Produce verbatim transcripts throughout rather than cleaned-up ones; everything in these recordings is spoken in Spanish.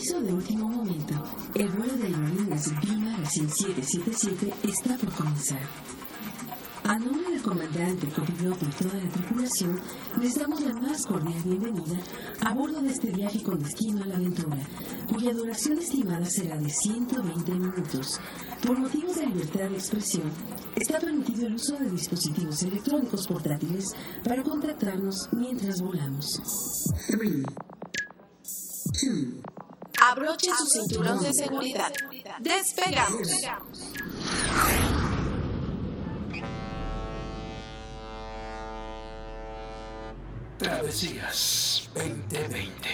Aviso de último momento, el vuelo de aerolíneas V Magazine siete siete siete está por comenzar. A nombre del comandante, copiloto y toda la tripulación, les damos la más cordial bienvenida a bordo de este viaje con destino a la aventura, cuya duración estimada será de ciento veinte minutos. Por motivos de libertad de expresión, está permitido el uso de dispositivos electrónicos portátiles para contactarnos mientras volamos. tres, dos, Abrochen su cinturón de seguridad. ¡Despegamos! Travesías veinte veinte.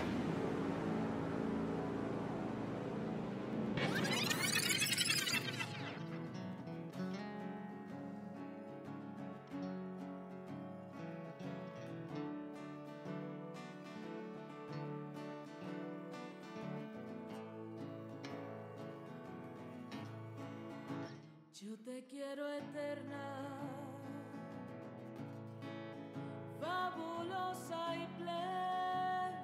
Yo te quiero eterna, fabulosa y plena.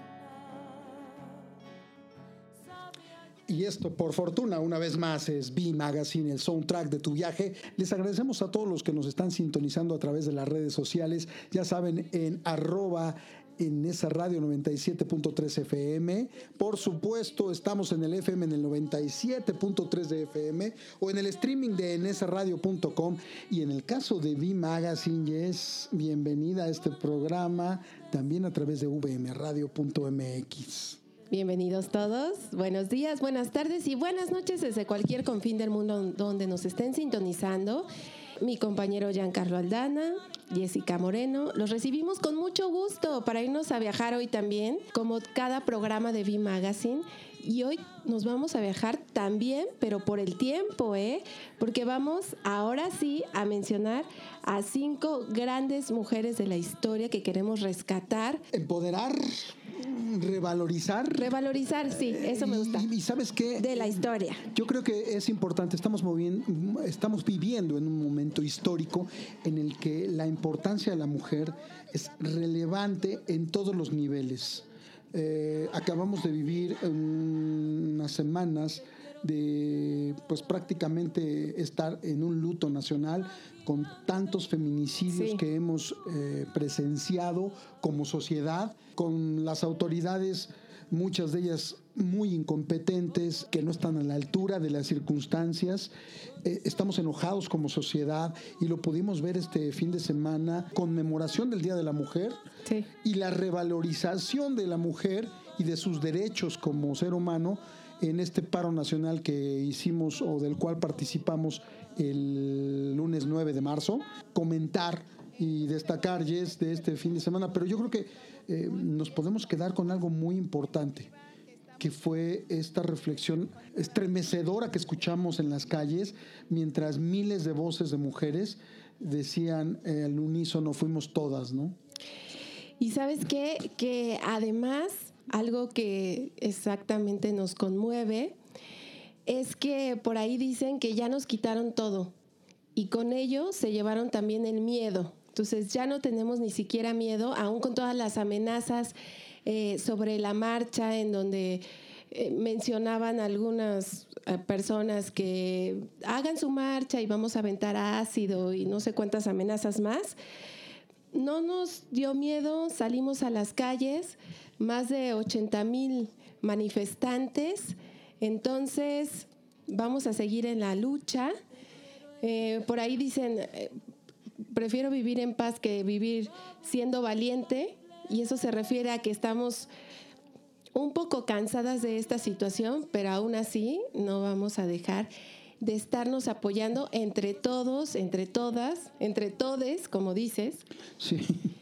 Y esto, por fortuna, una vez más, es V Magazine, el soundtrack de tu viaje. Les agradecemos a todos los que nos están sintonizando a través de las redes sociales. Ya saben, en arroba en esa radio noventa y siete punto tres F M. Por supuesto, estamos en el F M en el noventa y siete punto tres de F M o en el streaming de en esa radio punto com. Y en el caso de V Magazine, es bienvenida a este programa también a través de v m radio punto m x. Bienvenidos todos, buenos días, buenas tardes y buenas noches desde cualquier confín del mundo donde nos estén sintonizando. Mi compañero Giancarlo Aldana, Jessica Moreno, los recibimos con mucho gusto para irnos a viajar hoy también, como cada programa de V Magazine. Y hoy nos vamos a viajar también, pero por el tiempo, ¿eh? Porque vamos ahora sí a mencionar a cinco grandes mujeres de la historia que queremos rescatar. Empoderar, revalorizar. Revalorizar, sí, eso me gusta. Y, y ¿sabes qué? De la historia. Yo creo que es importante, estamos moviendo, estamos viviendo en un momento histórico en el que la importancia de la mujer es relevante en todos los niveles. Eh, acabamos de vivir unas semanas de pues prácticamente estar en un luto nacional con tantos feminicidios sí. que hemos eh, presenciado como sociedad, con las autoridades, muchas de ellas muy incompetentes, que no están a la altura de las circunstancias. Eh, estamos enojados como sociedad y lo pudimos ver este fin de semana, conmemoración del Día de la Mujer sí. y la revalorización de la mujer y de sus derechos como ser humano en este paro nacional que hicimos o del cual participamos el lunes nueve de marzo. Comentar y destacar, Jess, de este fin de semana, pero yo creo que eh, nos podemos quedar con algo muy importante, que fue esta reflexión estremecedora que escuchamos en las calles, mientras miles de voces de mujeres decían eh, al unísono, fuimos todas, ¿no? Y ¿sabes qué? Que además, algo que exactamente nos conmueve, es que por ahí dicen que ya nos quitaron todo, y con ello se llevaron también el miedo. Entonces ya no tenemos ni siquiera miedo, aún con todas las amenazas eh, sobre la marcha, en donde eh, mencionaban algunas eh, personas que hagan su marcha y vamos a aventar ácido y no sé cuántas amenazas más. No nos dio miedo, salimos a las calles, más de ochenta mil manifestantes. Entonces vamos a seguir en la lucha. Eh, por ahí dicen, eh, prefiero vivir en paz que vivir siendo valiente, y eso se refiere a que estamos un poco cansadas de esta situación, pero aún así no vamos a dejar de estarnos apoyando entre todos, entre todas, entre todes, como dices. Sí.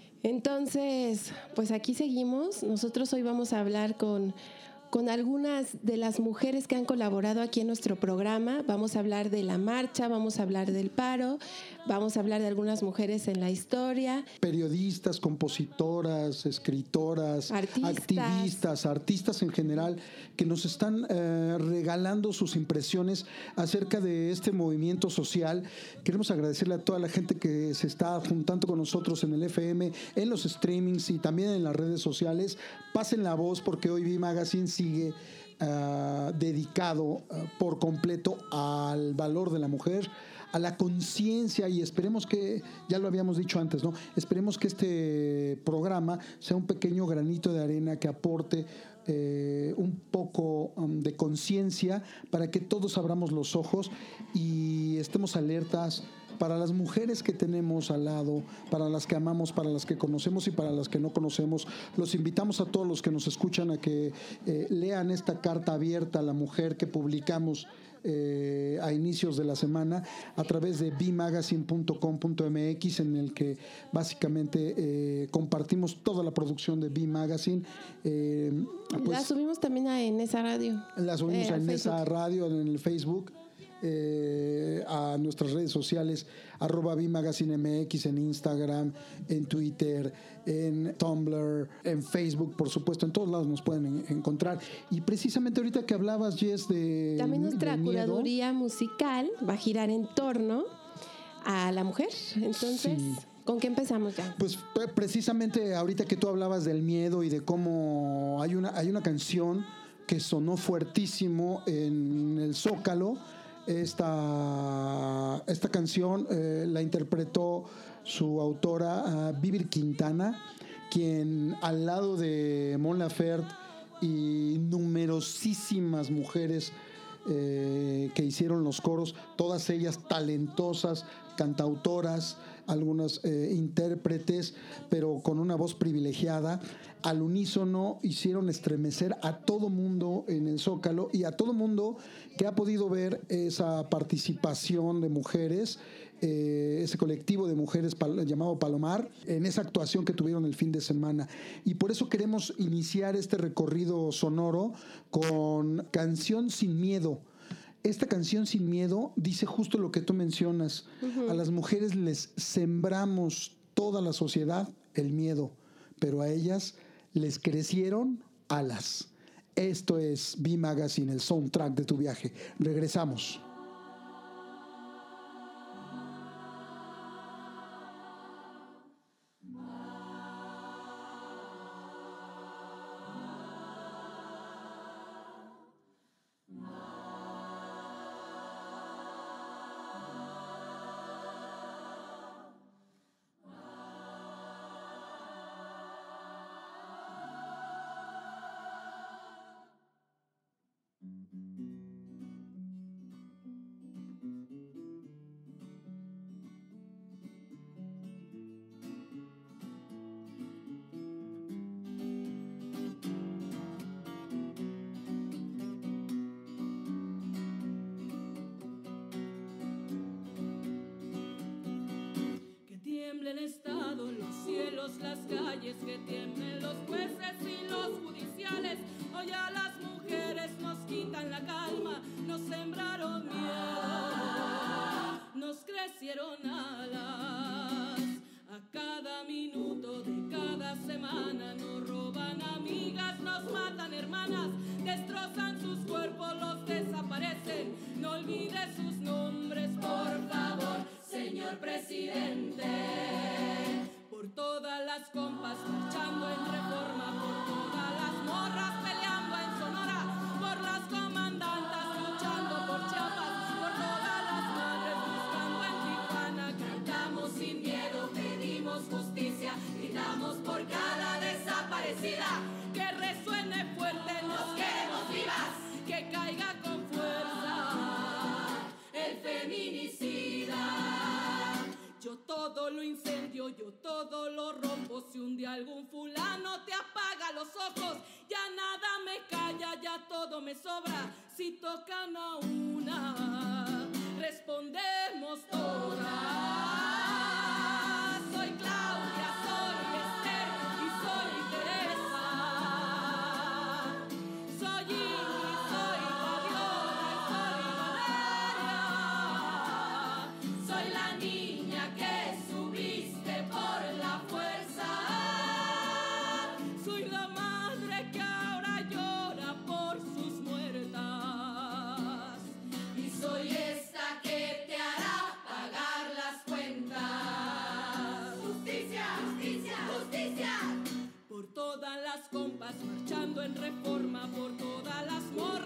Entonces, pues aquí seguimos. Nosotros hoy vamos a hablar con con algunas de las mujeres que han colaborado aquí en nuestro programa. Vamos a hablar de la marcha, vamos a hablar del paro, vamos a hablar de algunas mujeres en la historia. Periodistas, compositoras, escritoras, artistas. activistas, artistas en general, que nos están eh, regalando sus impresiones acerca de este movimiento social. Queremos agradecerle a toda la gente que se está juntando con nosotros en el F M, en los streamings y también en las redes sociales. Pasen la voz, porque hoy V Magazine sigue uh, dedicado uh, por completo al valor de la mujer, a la conciencia, y esperemos que, ya lo habíamos dicho antes, ¿no? Esperemos que este programa sea un pequeño granito de arena que aporte eh, un poco um, de conciencia para que todos abramos los ojos y estemos alertas para las mujeres que tenemos al lado, para las que amamos, para las que conocemos y para las que no conocemos. Los invitamos a todos los que nos escuchan a que eh, lean esta carta abierta a la mujer que publicamos eh, a inicios de la semana a través de b magazine punto com punto m x, en el que básicamente eh, compartimos toda la producción de B Magazine. Eh, pues, la subimos también a Enesa Radio. La subimos eh, a Enesa Facebook. Radio en el Facebook. Eh, a nuestras redes sociales, arroba B Magazine M X, en Instagram, en Twitter, en Tumblr, en Facebook, por supuesto, en todos lados nos pueden en, encontrar. Y precisamente ahorita que hablabas, Jess, de También nuestra de miedo, curaduría musical va a girar en torno a la mujer. Entonces, Sí. ¿con qué empezamos ya? Pues pre- precisamente ahorita que tú hablabas del miedo y de cómo hay una, hay una canción que sonó fuertísimo en el Zócalo. Esta, esta canción eh, la interpretó su autora, uh, Vivir Quintana, quien al lado de Mon Laferte y numerosísimas mujeres eh, que hicieron los coros, todas ellas talentosas, cantautoras, algunas eh, intérpretes, pero con una voz privilegiada, al unísono hicieron estremecer a todo mundo en el Zócalo y a todo mundo que ha podido ver esa participación de mujeres, eh, ese colectivo de mujeres pal- llamado Palomar, en esa actuación que tuvieron el fin de semana. Y por eso queremos iniciar este recorrido sonoro con Canción Sin Miedo. Esta canción Sin Miedo dice justo lo que tú mencionas. Uh-huh. A las mujeres les sembramos toda la sociedad el miedo, pero a ellas les crecieron alas. Esto es B Magazine, el soundtrack de tu viaje. Regresamos. El Estado, los cielos, las calles, que tiemblen los jueces y los judiciales. Hoy a las mujeres nos quitan la calma, nos sembraron miedo, nos crecieron alas. A cada minuto de cada semana nos roban amigas, nos matan hermanas, destrozan sus cuerpos, los desaparecen. No olvide sus nombres, por favor, señor presidente. Por todas las compas marchando en Reforma, por todas las morras peleando en Sonora, por las comandantas luchando por Chiapas, por todas las madres buscando en Tijuana. Cantamos sin miedo, pedimos justicia, gritamos por cada desaparecida. Que resuene fuerte, nos queremos vivas, que caiga con fuerza el feminicida. Yo todo lo incendio, yo todo lo rompo. Si un día algún fulano te apaga los ojos, ya nada me calla, ya todo me sobra. Si tocan a una, respondemos todas. Soy Claudia, soy Esther y soy Teresa. Soy Ingrid, soy Fabiola y soy Valeria. Soy la niña que subiste por la fuerza. Soy la madre que ahora llora por sus muertas. Y soy esta que te hará pagar las cuentas. Justicia, justicia, justicia. Por todas las compas marchando en Reforma, por todas las morras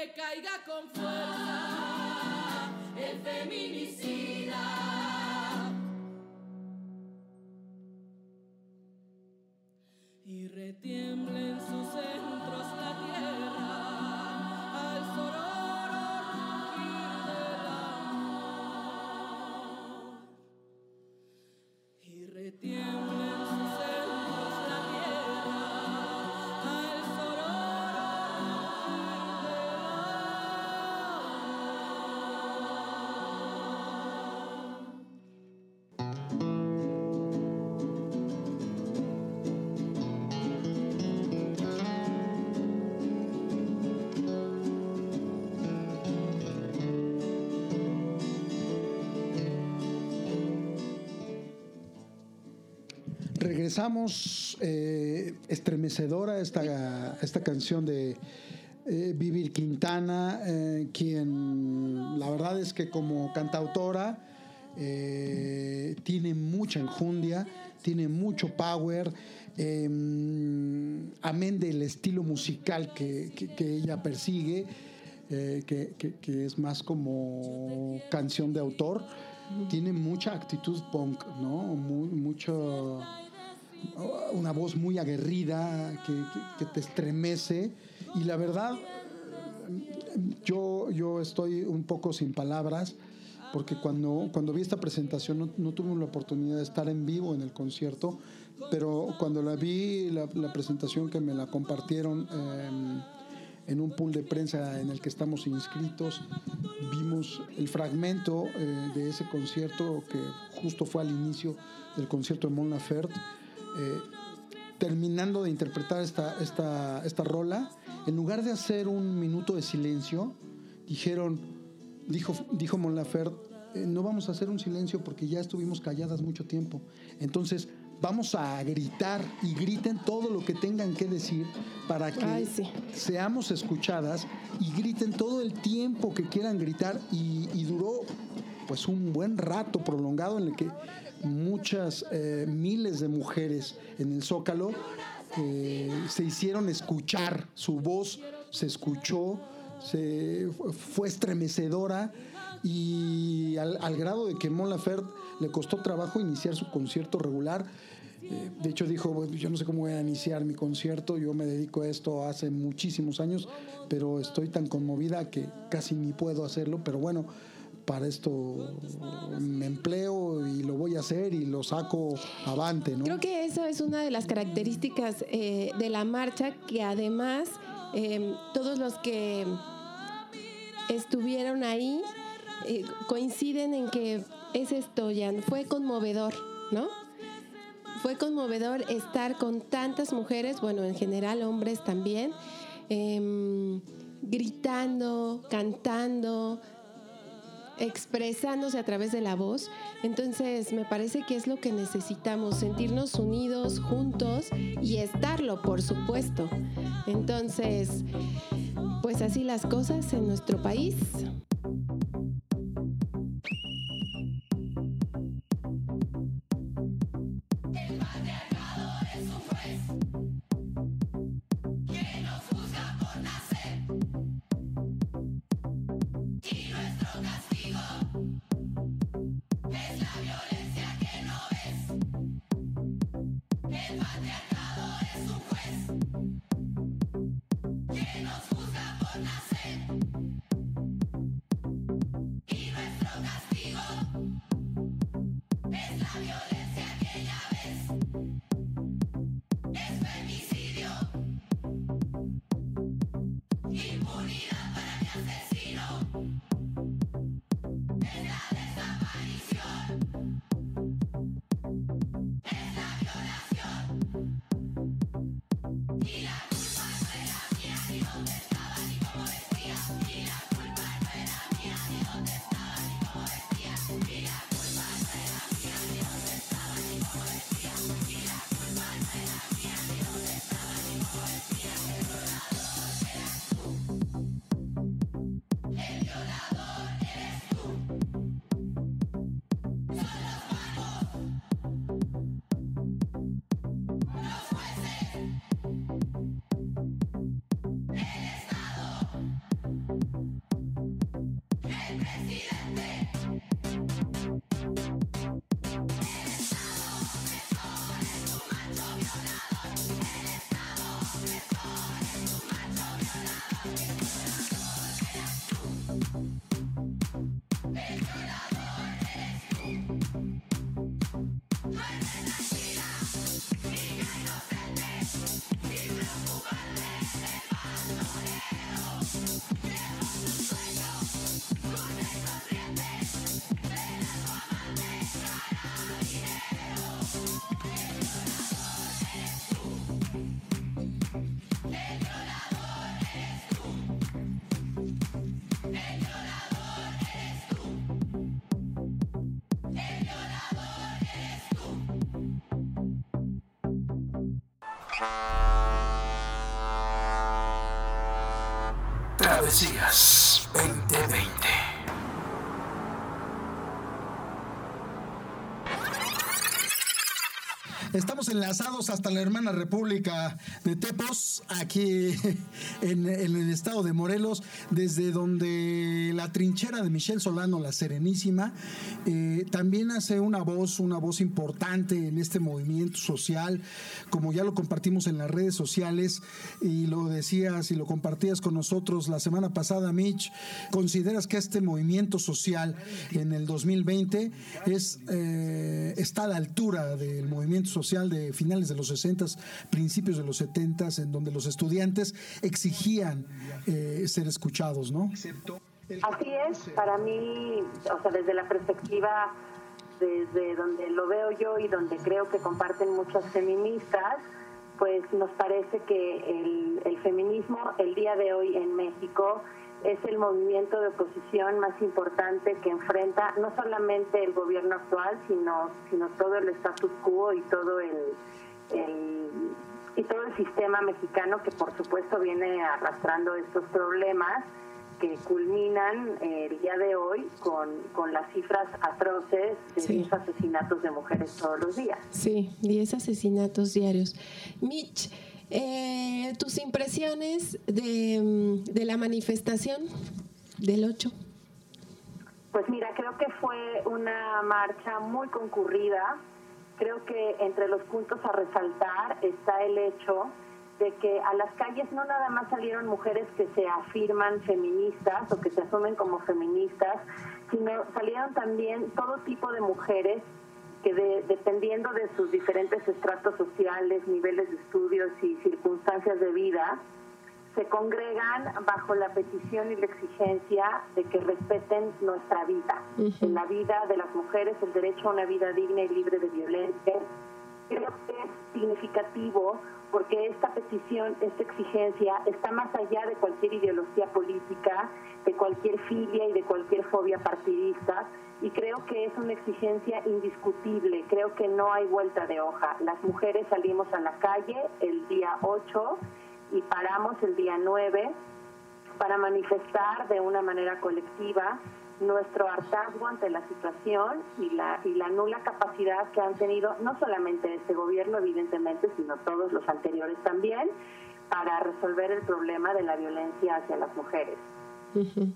que caiga con fuerza el feminicida. Y retiembla en sus centros la tierra al sororo rugir del amor. Y retiembla en sus centros la tierra al sororo Regresamos, eh, estremecedora esta, esta canción de eh, Vivir Quintana, eh, quien la verdad es que como cantautora eh, tiene mucha enjundia, tiene mucho power, eh, amén del estilo musical que, que, que ella persigue, eh, que, que, que es más como canción de autor. Tiene mucha actitud punk, ¿no? Muy, mucho, una voz muy aguerrida que, que, que te estremece. Y la verdad, yo, yo estoy un poco sin palabras, porque cuando, cuando vi esta presentación no, no tuve la oportunidad de estar en vivo en el concierto, pero cuando la vi, la, la presentación que me la compartieron eh, en un pool de prensa en el que estamos inscritos, vimos el fragmento eh, de ese concierto que justo fue al inicio del concierto de Mon Laferte, eh, terminando de interpretar esta, esta, esta rola. En lugar de hacer un minuto de silencio, dijeron, dijo, dijo Mon Laferte, eh, no vamos a hacer un silencio porque ya estuvimos calladas mucho tiempo, entonces vamos a gritar, y griten todo lo que tengan que decir para que Ay, sí. seamos escuchadas, y griten todo el tiempo que quieran gritar. Y, y duró pues un buen rato prolongado en el que muchas eh, miles de mujeres en el Zócalo eh, se hicieron escuchar, su voz se escuchó, se, fue estremecedora, y al, al grado de que Mon Laferte le costó trabajo iniciar su concierto regular. Eh, de hecho dijo, bueno, yo no sé cómo voy a iniciar mi concierto, yo me dedico a esto hace muchísimos años, pero estoy tan conmovida que casi ni puedo hacerlo, pero bueno, para esto me empleo y lo voy a hacer y lo saco avante, ¿no? Creo que esa es una de las características eh, de la marcha, que además eh, todos los que estuvieron ahí eh, coinciden en que es esto, Jan, fue conmovedor, ¿no? Fue conmovedor estar con tantas mujeres, bueno, en general hombres también, eh, gritando, cantando, expresándose a través de la voz. Entonces me parece que es lo que necesitamos, sentirnos unidos, juntos, y estarlo, por supuesto. Entonces, pues así las cosas en nuestro país. El violador Travesías veinte veinte. Estamos enlazados hasta la hermana República de Tepos, aquí en, en el estado de Morelos, desde donde la trinchera de Michelle Solano, la Serenísima, eh, también hace una voz, una voz importante en este movimiento social, como ya lo compartimos en las redes sociales, y lo decías y lo compartías con nosotros la semana pasada, Mitch. ¿Consideras que este movimiento social en el dos mil veinte es, eh, está a la altura del movimiento social social de finales de los sesentas, principios de los setentas, en donde los estudiantes exigían eh, ser escuchados, ¿no? Así es, para mí, o sea, desde la perspectiva, desde donde lo veo yo y donde creo que comparten muchas feministas, pues nos parece que el, el feminismo el día de hoy en México es el movimiento de oposición más importante que enfrenta no solamente el gobierno actual, sino sino todo el status quo y todo el, el y todo el sistema mexicano, que por supuesto viene arrastrando estos problemas que culminan eh, el día de hoy con, con las cifras atroces de Sí. diez asesinatos de mujeres todos los días. Sí, diez asesinatos diarios. Mitch, eh, tus impresiones de, de la manifestación del ocho. Pues mira, creo que fue una marcha muy concurrida. Creo que entre los puntos a resaltar está el hecho de que a las calles no nada más salieron mujeres que se afirman feministas o que se asumen como feministas, sino salieron también todo tipo de mujeres que de, dependiendo de sus diferentes estratos sociales, niveles de estudios y circunstancias de vida, se congregan bajo la petición y la exigencia de que respeten nuestra vida, uh-huh. la vida de las mujeres, el derecho a una vida digna y libre de violencia. Creo que es significativo porque esta petición, esta exigencia está más allá de cualquier ideología política, de cualquier filia y de cualquier fobia partidista, y creo que es una exigencia indiscutible. Creo que no hay vuelta de hoja. Las mujeres salimos a la calle el día ocho y paramos el día nueve para manifestar de una manera colectiva nuestro hartazgo ante la situación y la y la nula capacidad que han tenido no solamente este gobierno, evidentemente, sino todos los anteriores también, para resolver el problema de la violencia hacia las mujeres. Uh-huh.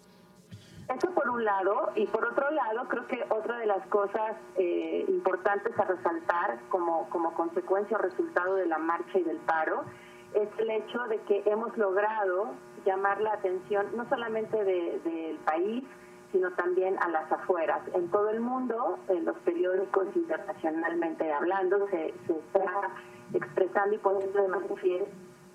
Eso por un lado, y por otro lado, creo que otra de las cosas eh, importantes a resaltar como, como consecuencia o resultado de la marcha y del paro es el hecho de que hemos logrado llamar la atención no solamente del de, país, sino también a las afueras. En todo el mundo, en los periódicos internacionalmente hablando, se, se está expresando y poniendo de manifiesto.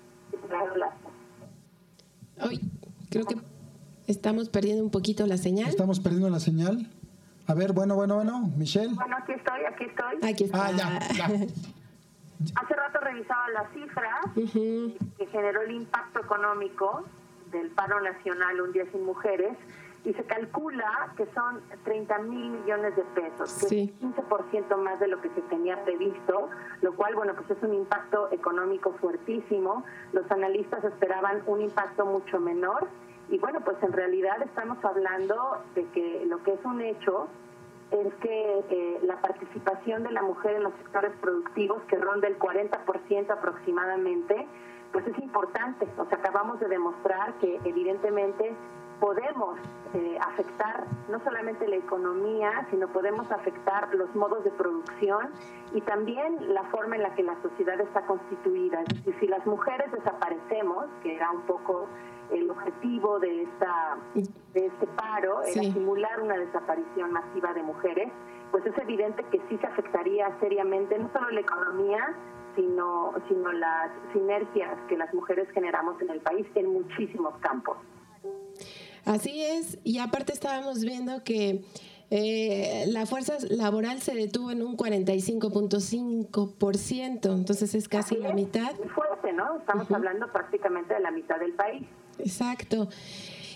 Hoy creo que estamos perdiendo un poquito la señal. Estamos perdiendo la señal. A ver, bueno, bueno, bueno, Michelle. Bueno, aquí estoy, aquí estoy. Aquí está. Ah, ya, ya. Hace rato revisaba las cifras uh-huh. que generó el impacto económico del paro nacional Un Día Sin Mujeres, y se calcula que son treinta mil millones de pesos, que sí. es quince por ciento más de lo que se tenía previsto, lo cual, bueno, pues es un impacto económico fuertísimo. Los analistas esperaban un impacto mucho menor, y bueno, pues en realidad estamos hablando de que lo que es un hecho es que eh, la participación de la mujer en los sectores productivos, que ronda el cuarenta por ciento aproximadamente, pues es importante. O sea, acabamos de demostrar que evidentemente podemos eh, afectar no solamente la economía, sino podemos afectar los modos de producción y también la forma en la que la sociedad está constituida. Es decir, si las mujeres desaparecemos, que era un poco el objetivo de esta de este paro, era sí. simular una desaparición masiva de mujeres, pues es evidente que sí se afectaría seriamente no solo la economía, sino, sino las sinergias que las mujeres generamos en el país en muchísimos campos. Así es, y aparte estábamos viendo que eh, la fuerza laboral se detuvo en un cuarenta y cinco punto cinco por ciento, entonces es casi Así la es, mitad. Muy fuerte, ¿no? Estamos uh-huh. hablando prácticamente de la mitad del país. Exacto.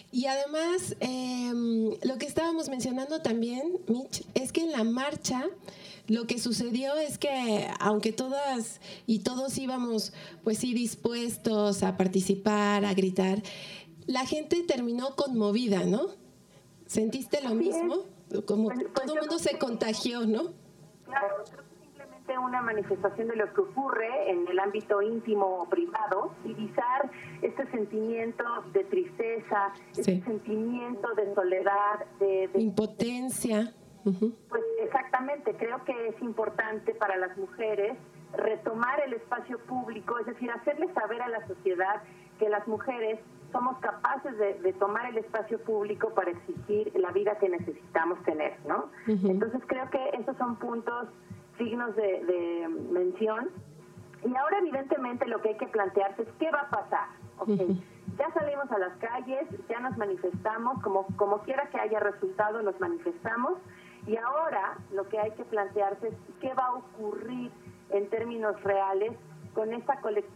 Y además, eh, lo que estábamos mencionando también, Mitch, es que en la marcha lo que sucedió es que aunque todas y todos íbamos pues sí dispuestos a participar, a gritar, la gente terminó conmovida, ¿no? ¿Sentiste lo mismo? Como todo el mundo se contagió, ¿no? Claro, creo que simplemente una manifestación de lo que ocurre en el ámbito íntimo o privado, divisar este sentimiento de tristeza, sí. este sentimiento de soledad, de, de impotencia. Uh-huh. Pues exactamente, creo que es importante para las mujeres retomar el espacio público, es decir, hacerle saber a la sociedad que las mujeres somos capaces de, de tomar el espacio público para exigir la vida que necesitamos tener, ¿no? Uh-huh. Entonces creo que esos son puntos dignos de, de mención. Y ahora evidentemente lo que hay que plantearse es qué va a pasar. Okay. Uh-huh. Ya salimos a las calles, ya nos manifestamos, como, como quiera que haya resultado, nos manifestamos. Y ahora lo que hay que plantearse es qué va a ocurrir en términos reales con esta colectiva.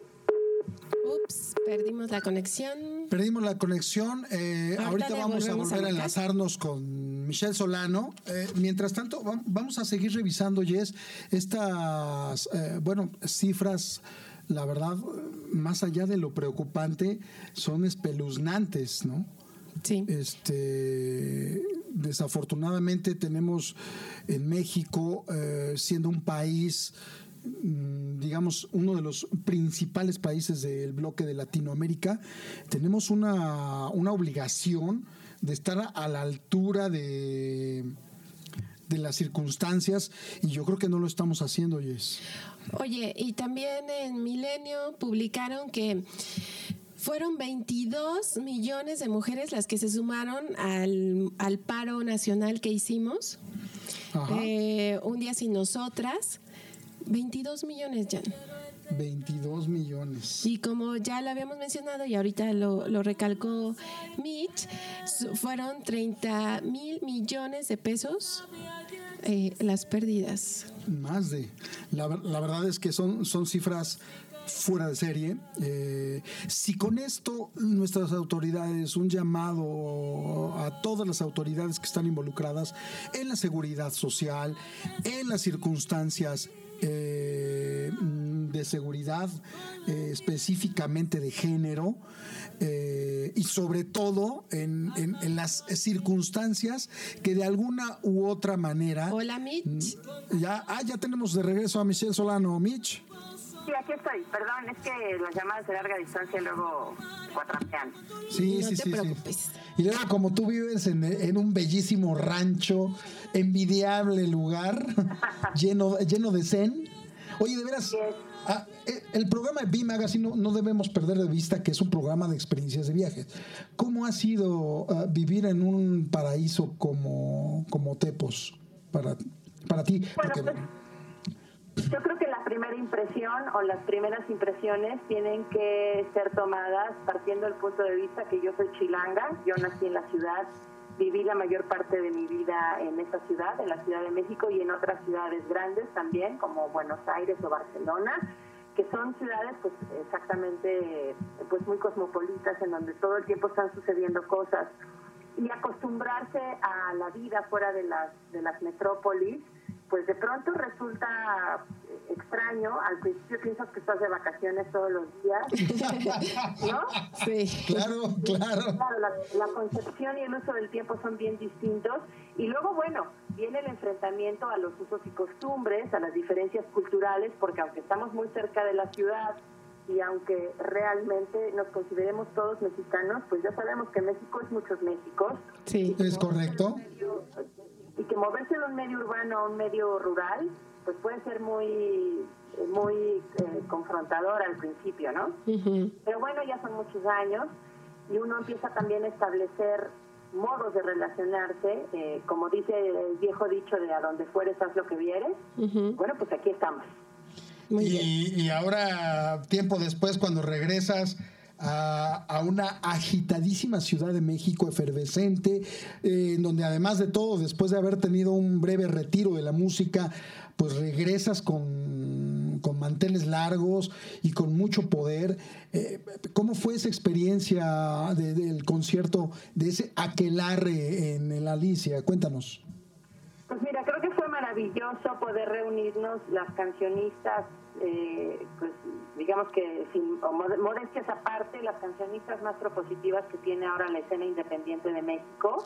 Ups, perdimos la conexión. Perdimos la conexión. Eh, ahorita, ahorita vamos a volver a, a enlazarnos con Michelle Solano. Eh, mientras tanto, vamos a seguir revisando, Jess, estas, eh, bueno, cifras, la verdad, más allá de lo preocupante, son espeluznantes, ¿no? Sí. Este, desafortunadamente tenemos en México, eh, siendo un país, digamos, uno de los principales países del bloque de Latinoamérica, tenemos una, una obligación de estar a la altura de, de las circunstancias, y yo creo que no lo estamos haciendo, Jess. Oye, y también en Milenio publicaron que fueron veintidós millones de mujeres las que se sumaron al, al paro nacional que hicimos. Eh, un día sin nosotras. veintidós millones, Jan. veintidós millones. Y como ya lo habíamos mencionado y ahorita lo, lo recalcó Mitch, fueron treinta mil millones de pesos eh, las pérdidas. Más de. La, la verdad es que son, son cifras fuera de serie. Eh, si con esto nuestras autoridades, un llamado a todas las autoridades que están involucradas en la seguridad social, en las circunstancias Eh, de seguridad, eh, específicamente de género, eh, y sobre todo en, en, en las circunstancias que de alguna u otra manera. Hola, Mitch. Ya, ah, ya tenemos de regreso a Michelle Solano. Mitch. Sí, aquí estoy. Perdón, es que las llamadas de larga distancia luego cuatrapean. Sí, no sí, te sí, preocupes. sí. Y luego, como tú vives en, en un bellísimo rancho, envidiable lugar, lleno, lleno de zen. Oye, de veras, ah, el programa de B Magazine no, no debemos perder de vista que es un programa de experiencias de viajes. ¿Cómo ha sido uh, vivir en un paraíso como, como Tepos para, para ti? Bueno, Porque, pues, yo creo que la primera impresión o las primeras impresiones tienen que ser tomadas partiendo del punto de vista que yo soy chilanga, yo nací en la ciudad, viví la mayor parte de mi vida en esta ciudad, en la Ciudad de México y en otras ciudades grandes también, como Buenos Aires o Barcelona, que son ciudades pues exactamente pues muy cosmopolitas, en donde todo el tiempo están sucediendo cosas, y acostumbrarse a la vida fuera de las de las metrópolis, pues de pronto resulta extraño. Al principio piensas que estás de vacaciones todos los días, ¿no? Sí. Claro, claro. Claro, la, la concepción y el uso del tiempo son bien distintos. Y luego, bueno, viene el enfrentamiento a los usos y costumbres, a las diferencias culturales, porque aunque estamos muy cerca de la ciudad y aunque realmente nos consideremos todos mexicanos, pues ya sabemos que México es muchos Méxicos. Sí. Es correcto. Y que moverse de un medio urbano a un medio rural, pues puede ser muy muy eh, confrontador al principio, ¿no? Uh-huh. Pero bueno, ya son muchos años y uno empieza también a establecer modos de relacionarse, eh, como dice el viejo dicho de a donde fueres haz lo que vieres. Uh-huh. Bueno, pues aquí estamos. Muy y, bien. y ahora, tiempo después, cuando regresas a, a una agitadísima Ciudad de México, efervescente, eh, en donde además de todo, después de haber tenido un breve retiro de la música, pues regresas con, con, con manteles largos y con mucho poder. Eh, ¿Cómo fue esa experiencia de, del concierto de ese aquelarre en el Alicia? Cuéntanos. Pues mira, creo que fue maravilloso poder reunirnos las cancionistas, eh, pues digamos que sin modestias aparte, las cancionistas más propositivas que tiene ahora la escena independiente de México.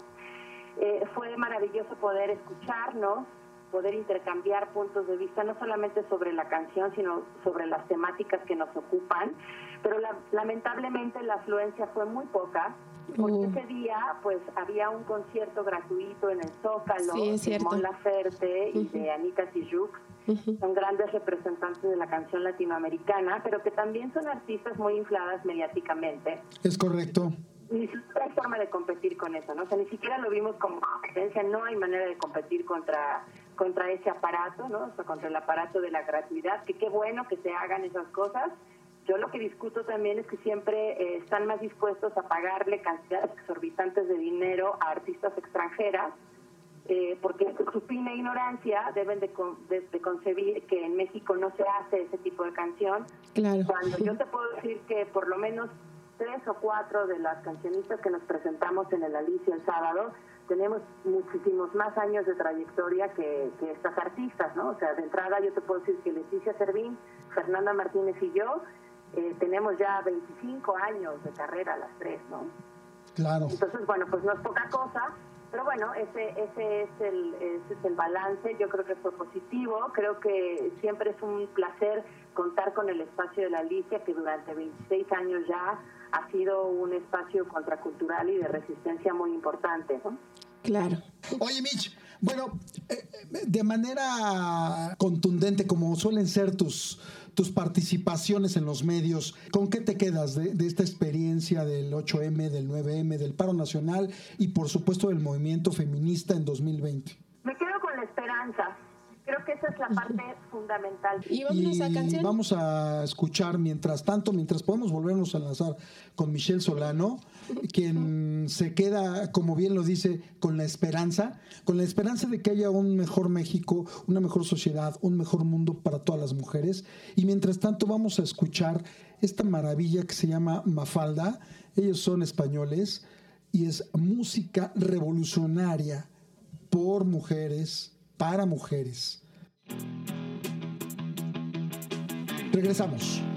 Eh, fue maravilloso poder escucharnos, poder intercambiar puntos de vista, no solamente sobre la canción, sino sobre las temáticas que nos ocupan, pero la, lamentablemente la afluencia fue muy poca, porque uh. ese día pues había un concierto gratuito en el Zócalo, sí, de Mon Laferte uh-huh. y de Anita Tijoux, uh-huh. son grandes representantes de la canción latinoamericana, pero que también son artistas muy infladas mediáticamente. Es correcto. Ni siquiera hay forma de competir con eso, ¿no? O sea, ni siquiera lo vimos como competencia, no hay manera de competir contra contra ese aparato, ¿no? O sea, contra el aparato de la gratuidad, que qué bueno que se hagan esas cosas. Yo lo que discuto también es que siempre eh, están más dispuestos a pagarle cantidades exorbitantes de dinero a artistas extranjeras, eh, porque por su fina ignorancia deben de, con, de, de concebir que en México no se hace ese tipo de canción. Claro. Cuando yo te puedo decir que por lo menos tres o cuatro de las cancionistas que nos presentamos en el Alicia el sábado tenemos muchísimos más años de trayectoria que, que estas artistas, ¿no? O sea, de entrada yo te puedo decir que Leticia Servín, Fernanda Martínez y yo eh, tenemos ya veinticinco años de carrera las tres, ¿no? Claro. Entonces, bueno, pues no es poca cosa, pero bueno, ese ese es el ese es el balance. Yo creo que fue positivo. Creo que siempre es un placer contar con el espacio de la Alicia, que durante veintiséis años ya ha sido un espacio contracultural y de resistencia muy importante, ¿no? Claro. Oye, Mitch, bueno, eh, de manera contundente, como suelen ser tus, tus participaciones en los medios, ¿con qué te quedas de, de esta experiencia del ocho eme, del nueve eme, del paro nacional y, por supuesto, del movimiento feminista en dos mil veinte? Me quedo con la esperanza. Creo que esa es la parte fundamental. Y vámonos y a canción. Vamos a escuchar, mientras tanto, mientras podemos volvernos a enlazar con Michelle Solano, quien se queda, como bien lo dice, con la esperanza, con la esperanza de que haya un mejor México, una mejor sociedad, un mejor mundo para todas las mujeres. Y mientras tanto vamos a escuchar esta maravilla que se llama Mafalda. Ellos son españoles y es música revolucionaria por mujeres, para mujeres. Regresamos.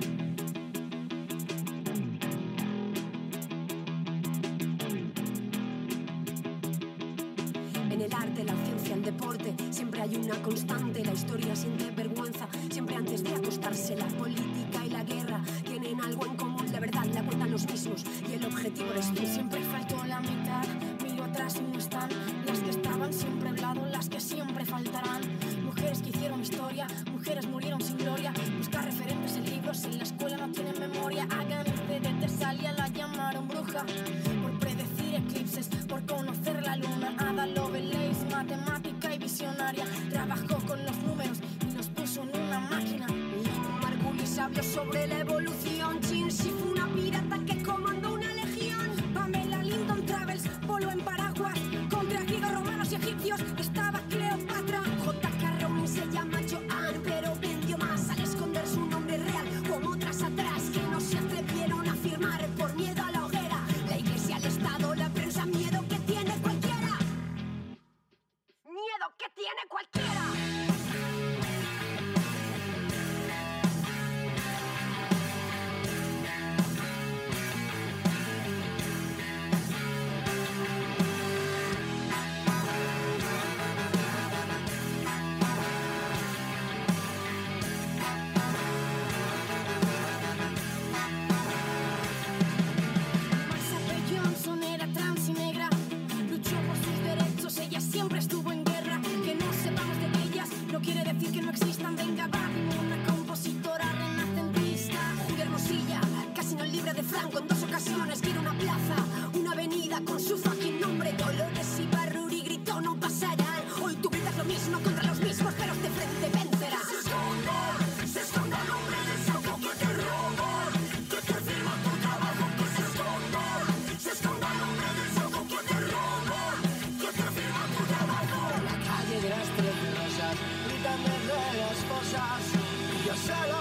En el arte, la ciencia, el deporte, siempre hay una constante. La historia siente vergüenza, siempre antes de acostarse. La política y la guerra tienen algo en común. La verdad la cuentan los mismos y el objetivo eres tú. Siempre faltó la mitad, miro atrás y no están las que estaban siempre al lado, las que siempre faltarán. Mujeres que hicieron historia, mujeres murieron sin gloria. Buscar referentes en libros, en la escuela no tienen memoria. Hagan este de Tesalia, la llamaron bruja por predecir eclipses, por conocer la luna. Ada Lovelace, matemática y visionaria, trabajó con los números y los puso en una máquina. Margulis sabio sobre la evolución. Chin Shi fue una pirata que comandó una legión. Pamela Lyndon Travels voló en paraguas contra griegos, romanos y egipcios. Estaba Cleopatra. J K Rowling se llama Joan, pero vendió más al esconder su nombre real, como otras atrás que no se atrevieron a firmar por miedo a la hoguera. La iglesia, el Estado, la prensa, miedo que tiene cualquiera. Miedo que tiene cualquiera. Siempre estuvo en guerra, que no sepamos de ellas no quiere decir que no existan. Venga, va, una compositora renacentista de Hermosilla, casi no libre de Franco en dos ocasiones. Quiere una plaza, una avenida con su fucking nombre. Dolores y Barruri gritó no pasarán. Hoy tú gritas lo mismo contra los mismos, pero de frente vencerás. Se esconda, se esconda el hombre del saco que te roba, que te firma tu trabajo. Que se esconda, se esconda el hombre del saco que te roba, que te firma tu trabajo. En la calle de las trece rosas gritan desde las fosas. Yo solo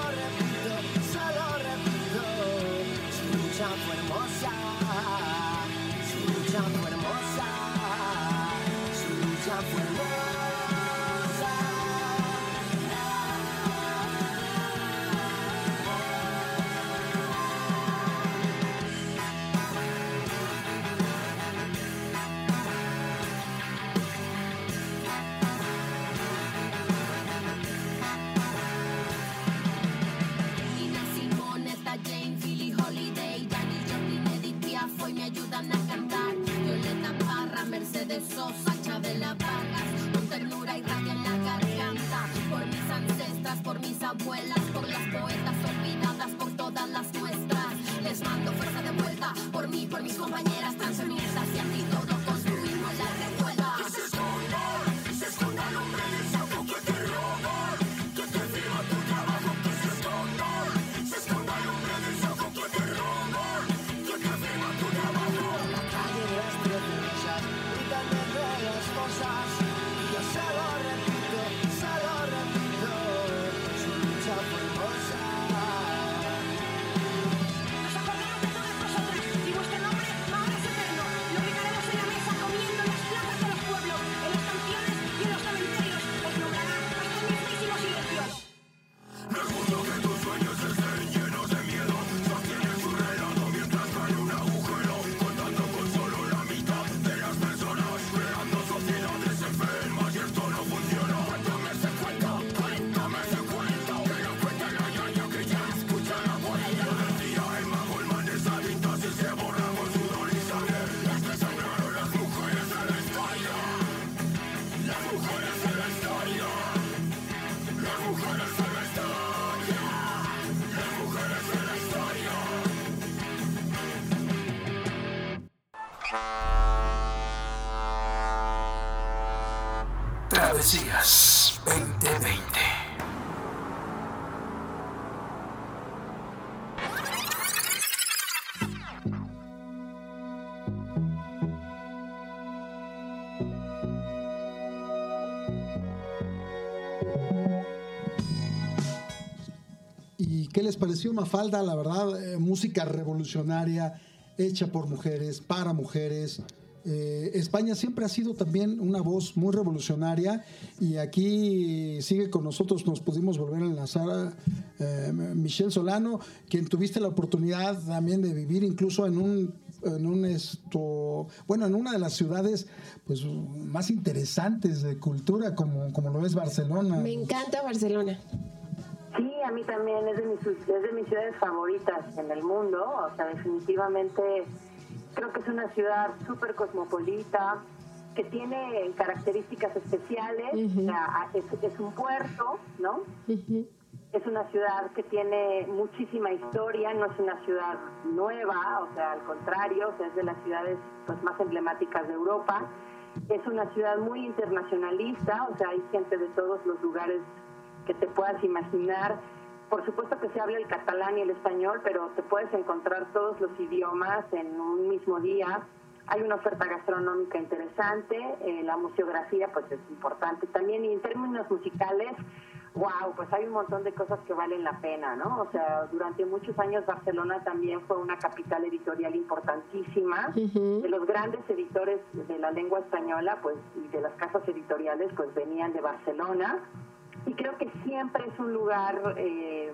Mercedes Sosa, Chabela Vargas, con ternura y rabia en la garganta. Por mis ancestras, por mis abuelas, por las poetas olvidadas, por todas las nuestras. Les mando fuerza de vuelta, por mí, por mis compañeras transfeministas y así todos construimos la revuelta. Que se esconda, se esconda el hombre del saco que te roba, que te firma tu trabajo. Que se esconda, se esconda el hombre del saco que te roba, que te firma tu trabajo. La calle de las preciosas, gritando entre las cosas, y yo se lo repito, se lo repito, su lucha fue hermosa. Nos acordamos de todas vosotras y vuestro nombre ahora es eterno. Lo gritaremos en la mesa, comiendo en las plazas de los pueblos, en las canciones y en los cementerios. Os nombrará hasta el mismísimo silencio. El mundo que tus sueños estén llenos de miedo, sostienen su relato mientras cae un agujero, contando con solo la mitad de las personas, creando sociedades enfermas y esto no funciona. Cuéntame ese cuento, cuéntame ese cuento, que lo cuente la yaya que ya escucha la abuela. Lo decía Emma Goldman, esa dicta si se borra con sudor y sangre, las que sangraron las mujeres de la historia, las mujeres de la historia, las mujeres de la historia, las mujeres de la historia. Travesías veinte veinte. ¿Y qué les pareció Mafalda? La verdad, eh, música revolucionaria, hecha por mujeres, para mujeres. Eh, España siempre ha sido también una voz muy revolucionaria y aquí sigue con nosotros, nos pudimos volver a enlazar eh, Michelle Solano, quien tuviste la oportunidad también de vivir incluso en un, en un esto, bueno, en una de las ciudades pues más interesantes de cultura como, como lo es Barcelona. Me encanta Barcelona. Sí, a mí también es de mis, es de mis ciudades favoritas en el mundo. O sea, definitivamente creo que es una ciudad súper cosmopolita, que tiene características especiales. Uh-huh. O sea, es, es un puerto, ¿no? Uh-huh. Es una ciudad que tiene muchísima historia, no es una ciudad nueva, o sea, al contrario, o sea, es de las ciudades pues, más emblemáticas de Europa. Es una ciudad muy internacionalista, o sea, hay gente de todos los lugares que te puedas imaginar. Por supuesto que se habla el catalán y el español, pero te puedes encontrar todos los idiomas en un mismo día. Hay una oferta gastronómica interesante, eh, la museografía pues es importante también, y en términos musicales, wow, pues hay un montón de cosas que valen la pena, ¿no? O sea, durante muchos años Barcelona también fue una capital editorial importantísima. Uh-huh. De los grandes editores de la lengua española, pues, y de las casas editoriales, pues venían de Barcelona. Y creo que siempre es un lugar, eh,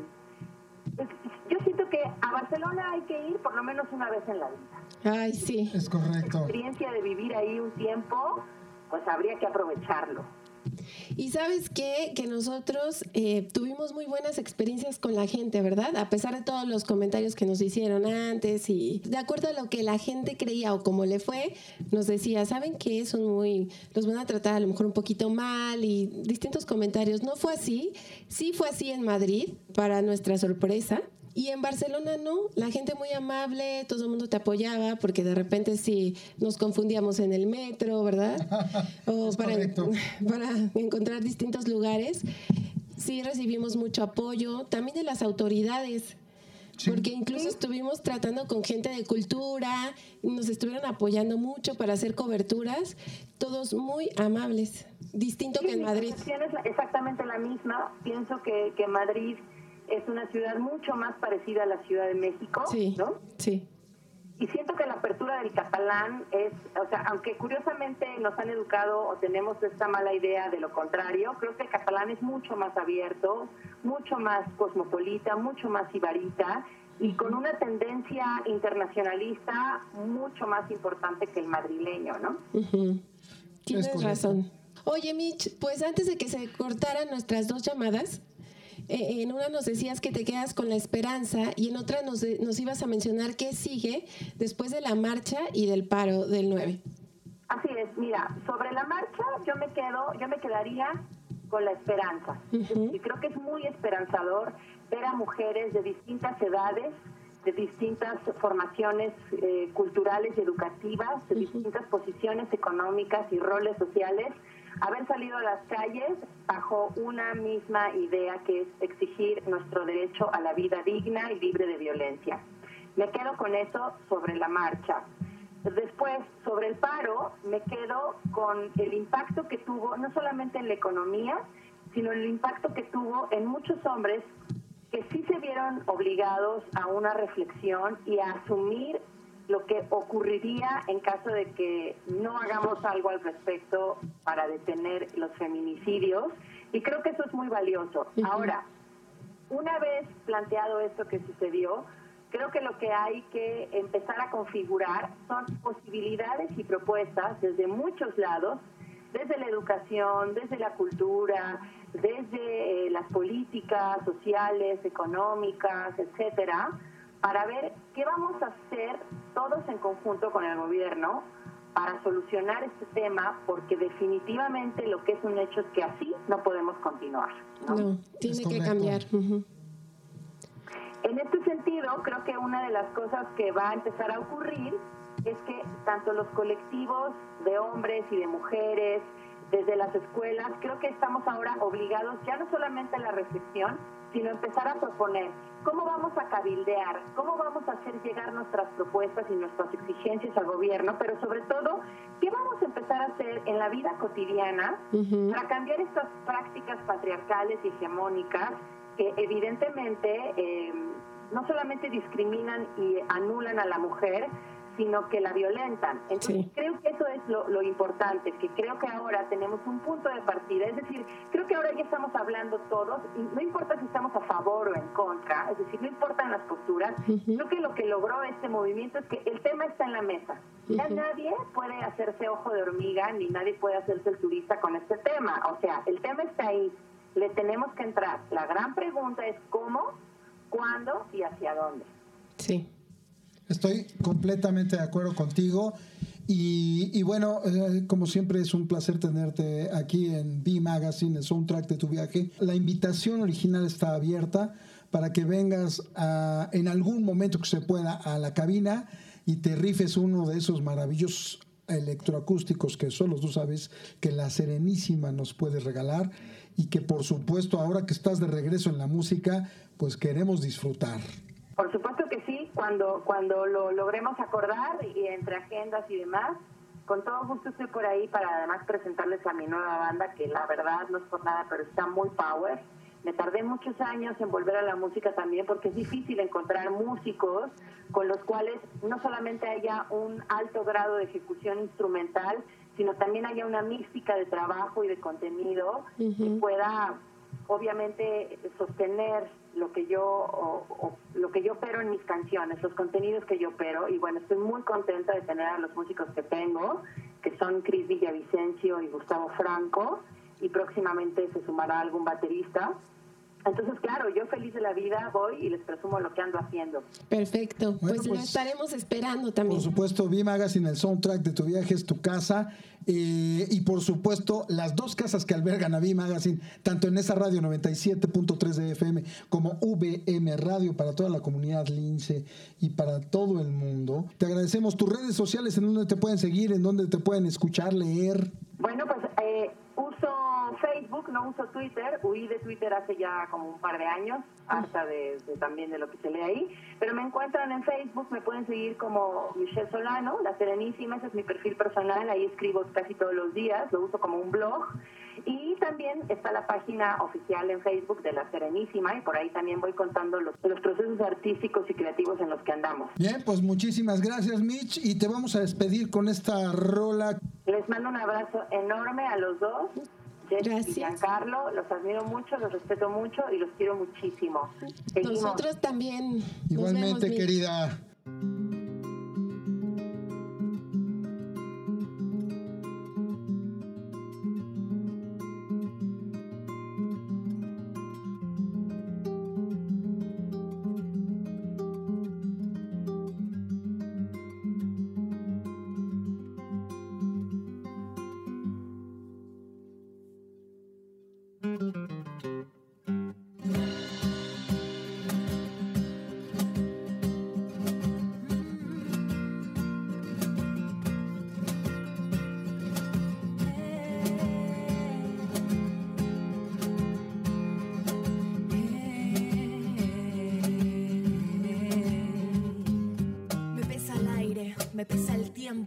yo siento que a Barcelona hay que ir por lo menos una vez en la vida. Ay, sí. Es correcto. La experiencia de vivir ahí un tiempo, pues habría que aprovecharlo. Y ¿sabes qué? Que nosotros eh, tuvimos muy buenas experiencias con la gente, ¿verdad? A pesar de todos los comentarios que nos hicieron antes y de acuerdo a lo que la gente creía o como le fue, nos decía, ¿saben qué? Son muy, los van a tratar a lo mejor un poquito mal y distintos comentarios. No fue así, sí fue así en Madrid, para nuestra sorpresa. Y en Barcelona no, la gente muy amable, todo el mundo te apoyaba, porque de repente sí nos confundíamos en el metro, ¿verdad? O para, para encontrar distintos lugares. Sí recibimos mucho apoyo, también de las autoridades, sí. Porque incluso estuvimos tratando con gente de cultura, nos estuvieron apoyando mucho para hacer coberturas, todos muy amables, distinto sí, que en Madrid. Mi percepción es exactamente la misma, pienso que, que Madrid es una ciudad mucho más parecida a la Ciudad de México, sí, ¿no? Sí. Y siento que la apertura del catalán es, o sea, aunque curiosamente nos han educado o tenemos esta mala idea de lo contrario, creo que el catalán es mucho más abierto, mucho más cosmopolita, mucho más ibarita y con una tendencia internacionalista mucho más importante que el madrileño, ¿no? Uh-huh. Tienes razón. Oye, Mitch, pues antes de que se cortaran nuestras dos llamadas, Eh, en una nos decías que te quedas con la esperanza y en otra nos, nos ibas a mencionar qué sigue después de la marcha y del paro del nueve. Así es, mira, sobre la marcha yo me quedo, yo me quedaría con la esperanza. Uh-huh. Y creo que es muy esperanzador ver a mujeres de distintas edades, de distintas formaciones eh, culturales y educativas, de uh-huh. distintas posiciones económicas y roles sociales, haber salido a las calles bajo una misma idea, que es exigir nuestro derecho a la vida digna y libre de violencia. Me quedo con eso sobre la marcha. Después, sobre el paro, me quedo con el impacto que tuvo, no solamente en la economía, sino el impacto que tuvo en muchos hombres que sí se vieron obligados a una reflexión y a asumir lo que ocurriría en caso de que no hagamos algo al respecto para detener los feminicidios. Y creo que eso es muy valioso. Uh-huh. Ahora, una vez planteado esto que sucedió, creo que lo que hay que empezar a configurar son posibilidades y propuestas desde muchos lados, desde la educación, desde la cultura, desde eh, las políticas sociales, económicas, etcétera, para ver qué vamos a hacer todos en conjunto con el gobierno para solucionar este tema, porque definitivamente lo que es un hecho es que así no podemos continuar, ¿no? No, tiene que cambiar. Uh-huh. En este sentido, creo que una de las cosas que va a empezar a ocurrir es que tanto los colectivos de hombres y de mujeres, desde las escuelas, creo que estamos ahora obligados ya no solamente a la reflexión, sino empezar a proponer cómo vamos a cabildear, cómo vamos a hacer llegar nuestras propuestas y nuestras exigencias al gobierno, pero sobre todo, qué vamos a empezar a hacer en la vida cotidiana uh-huh. para cambiar estas prácticas patriarcales y hegemónicas que evidentemente eh, no solamente discriminan y anulan a la mujer, sino que la violentan. Entonces sí. creo que eso es lo, lo importante, que creo que ahora tenemos un punto de partida, es decir, creo que ahora ya estamos hablando todos, y no importa si estamos a favor o en contra, es decir, no importan las posturas, uh-huh. creo que lo que logró este movimiento es que el tema está en la mesa. Uh-huh. Ya nadie puede hacerse ojo de hormiga, ni nadie puede hacerse el turista con este tema, o sea, el tema está ahí, le tenemos que entrar. La gran pregunta es cómo, cuándo y hacia dónde. Sí. Estoy completamente de acuerdo contigo y, y bueno, eh, como siempre es un placer tenerte aquí en V Magazine, el soundtrack de tu viaje. La invitación original está abierta para que vengas a, en algún momento que se pueda a la cabina y te rifes uno de esos maravillosos electroacústicos que solo tú sabes que la Serenísima nos puede regalar y que por supuesto ahora que estás de regreso en la música pues queremos disfrutar. Por supuesto que sí, cuando cuando lo logremos acordar y entre agendas y demás, con todo gusto estoy por ahí para además presentarles a mi nueva banda, que la verdad no es por nada, pero está muy power. Me tardé muchos años en volver a la música también porque es difícil encontrar músicos con los cuales no solamente haya un alto grado de ejecución instrumental, sino también haya una mística de trabajo y de contenido uh-huh. que pueda obviamente sostener lo que yo o, o, lo que yo opero en mis canciones, los contenidos que yo opero, y bueno, estoy muy contenta de tener a los músicos que tengo, que son Cris Villavicencio y Gustavo Franco, y próximamente se sumará algún baterista. Entonces, claro, yo feliz de la vida voy y les presumo lo que ando haciendo. Perfecto, bueno, pues, pues lo estaremos esperando también. Por supuesto, V Magazine, el soundtrack de tu viaje es tu casa. Eh, y por supuesto, las dos casas que albergan a V Magazine, tanto en esa radio noventa y siete punto tres de F M como V M Radio para toda la comunidad lince y para todo el mundo. Te agradecemos. Tus redes sociales, en donde te pueden seguir, en donde te pueden escuchar, leer. Bueno, pues eh, uso Facebook, no uso Twitter, huí de Twitter hace ya como un par de años, harta de, de también de lo que se lee ahí, pero me encuentran en Facebook, me pueden seguir como Michelle Solano, La Serenísima, ese es mi perfil personal, ahí escribo casi todos los días, lo uso como un blog, y también está la página oficial en Facebook de La Serenísima, y por ahí también voy contando los, los procesos artísticos y creativos en los que andamos. Bien, pues muchísimas gracias, Mitch, y te vamos a despedir con esta rola. Les mando un abrazo enorme a los dos. Gracias. Y Giancarlo, los admiro mucho, los respeto mucho y los quiero muchísimo. Seguimos. Nosotros también. Igualmente, vemos, querida.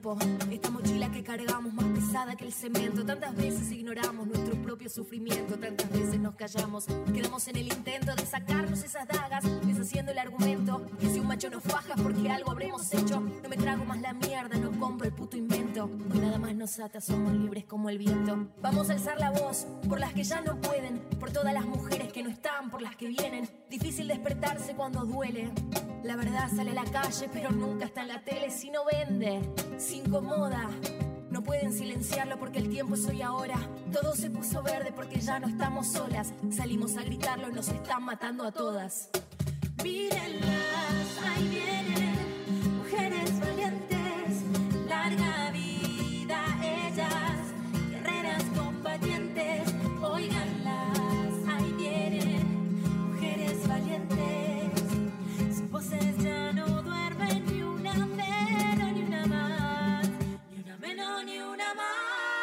tiempo. Esta mochila que cargamos más pesada que el cemento. Tantas veces ignoramos nuestro propio sufrimiento. Tantas veces nos callamos. Quedamos en el intento de sacarnos esas dagas, deshaciendo el argumento que si un macho nos faja porque algo habremos hecho. No me trago más la mierda, no compro el puto invento. Hoy nada más nos ata, somos libres como el viento. Vamos a alzar la voz por las que ya no pueden, por todas las mujeres que no están, por las que vienen. Difícil despertarse cuando duele. La verdad sale a la calle, pero nunca está en la tele. Si no vende, se incomoda. No pueden silenciarlo porque el tiempo es hoy ahora. Todo se puso verde porque ya no estamos solas. Salimos a gritarlo y nos están matando a todas. Mírenlas, ahí vienen, mujeres valientes. Larga vida ellas, guerreras combatientes. Óiganlas, ahí vienen, mujeres valientes. Sus voces ya no duermen ni una menos, ni una más. Ni una menos, ni una más.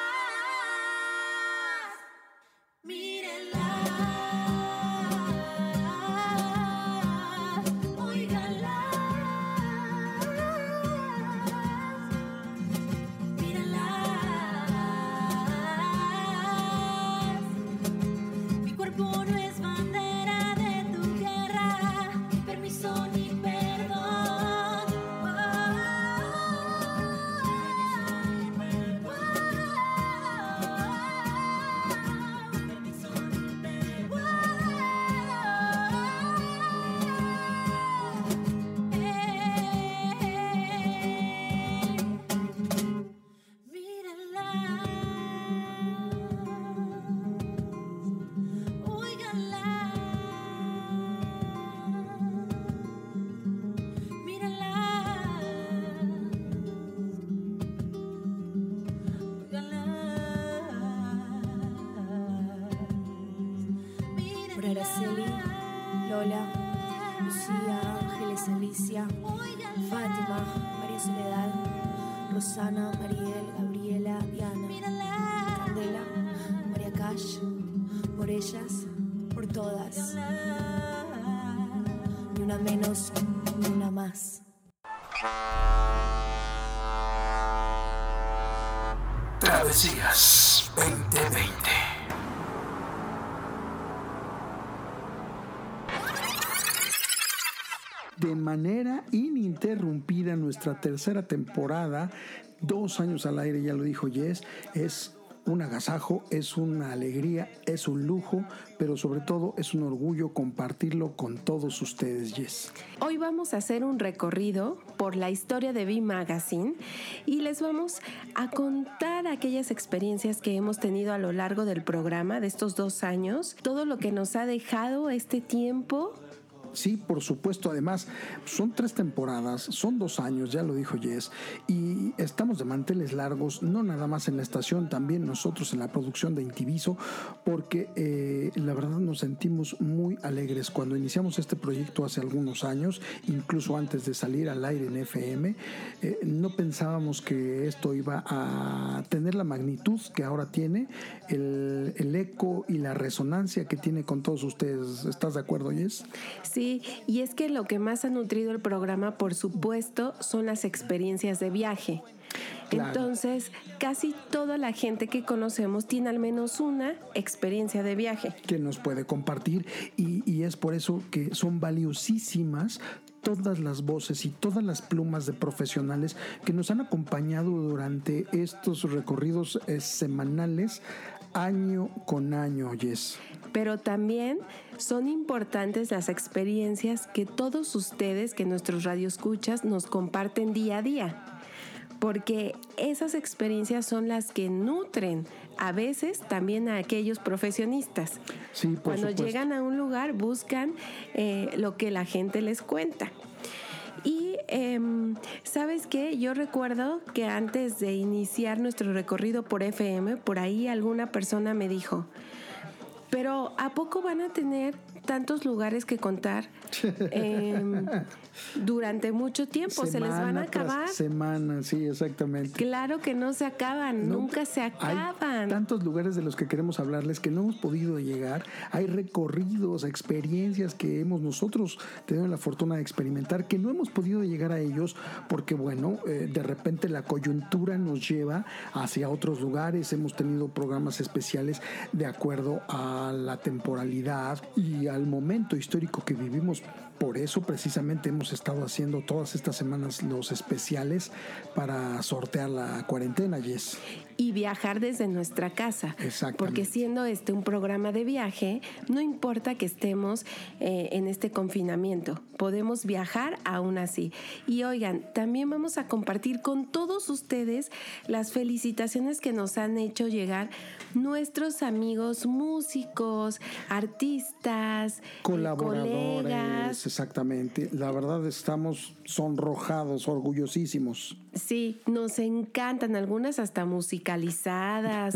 Mírenlas. Araceli, Lola, Lucía, Ángeles, Alicia, Fátima, María Soledad, Rosana, Mariel, Gabriela, Diana, Candela, María Cash, por ellas, por todas. Ni una menos, ni una más. Travesías veinte veinte. De manera ininterrumpida nuestra tercera temporada, dos años al aire, ya lo dijo Jess, es un agasajo, es una alegría, es un lujo, pero sobre todo es un orgullo compartirlo con todos ustedes, Jess. Hoy vamos a hacer un recorrido por la historia de V Magazine y les vamos a contar aquellas experiencias que hemos tenido a lo largo del programa de estos dos años, todo lo que nos ha dejado este tiempo. Sí, por supuesto. Además, son tres temporadas, son dos años, ya lo dijo Jess, y estamos de manteles largos, no nada más en la estación, también nosotros en la producción de Intiviso, porque eh, la verdad nos sentimos muy alegres. Cuando iniciamos este proyecto hace algunos años, incluso antes de salir al aire en F M, eh, no pensábamos que esto iba a tener la magnitud que ahora tiene, el, el eco y la resonancia que tiene con todos ustedes. ¿Estás de acuerdo, Jess? Sí. Sí, y es que lo que más ha nutrido el programa, por supuesto, son las experiencias de viaje. Claro. Entonces, casi toda la gente que conocemos tiene al menos una experiencia de viaje que nos puede compartir, y, y es por eso que son valiosísimas todas las voces y todas las plumas de profesionales que nos han acompañado durante estos recorridos eh, semanales, año con año, Jess. Pero también son importantes las experiencias que todos ustedes, que nuestros radioescuchas, nos comparten día a día. Porque esas experiencias son las que nutren a veces también a aquellos profesionistas. Sí, por Cuando supuesto. llegan a un lugar buscan eh, lo que la gente les cuenta. Y eh, ¿sabes qué? Yo recuerdo que antes de iniciar nuestro recorrido por F M, por ahí alguna persona me dijo: pero ¿a poco van a tener tantos lugares que contar eh, durante mucho tiempo? Semana ¿Se les van a acabar? Semana, sí, exactamente. Claro que no se acaban, No, nunca se acaban. Hay tantos lugares de los que queremos hablarles que no hemos podido llegar. Hay recorridos, experiencias que hemos nosotros tenido la fortuna de experimentar que no hemos podido llegar a ellos porque, bueno, eh, de repente la coyuntura nos lleva hacia otros lugares. Hemos tenido programas especiales de acuerdo a la temporalidad y al momento histórico que vivimos. Por eso precisamente hemos estado haciendo todas estas semanas los especiales para sortear la cuarentena, Jess. Y viajar desde nuestra casa. Exactamente. Porque siendo este un programa de viaje, no importa que estemos eh, en este confinamiento, podemos viajar aún así. Y oigan, también vamos a compartir con todos ustedes las felicitaciones que nos han hecho llegar nuestros amigos músicos, artistas, colaboradores, colegas. Exactamente. La verdad estamos sonrojados, orgullosísimos. Sí, nos encantan, algunas hasta musicalizadas.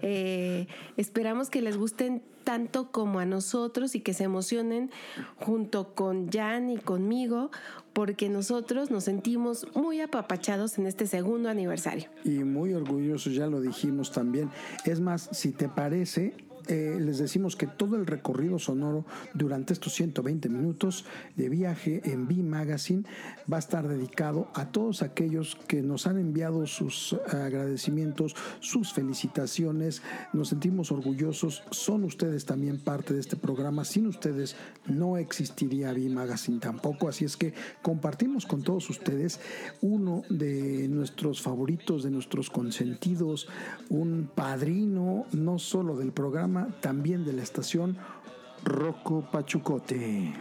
eh, esperamos que les gusten tanto como a nosotros y que se emocionen junto con Jan y conmigo, porque nosotros nos sentimos muy apapachados en este segundo aniversario. Y muy orgullosos, ya lo dijimos también. Es más, si te parece, eh, les decimos que todo el recorrido sonoro durante estos ciento veinte minutos de viaje en V Magazine va a estar dedicado a todos aquellos que nos han enviado sus agradecimientos, sus felicitaciones. Nos sentimos orgullosos. Son ustedes también parte de este programa. Sin ustedes no existiría V Magazine tampoco. Así es que compartimos con todos ustedes uno de nuestros favoritos, de nuestros consentidos, un padrino no solo del programa, también de la estación, Rocco Pachucote.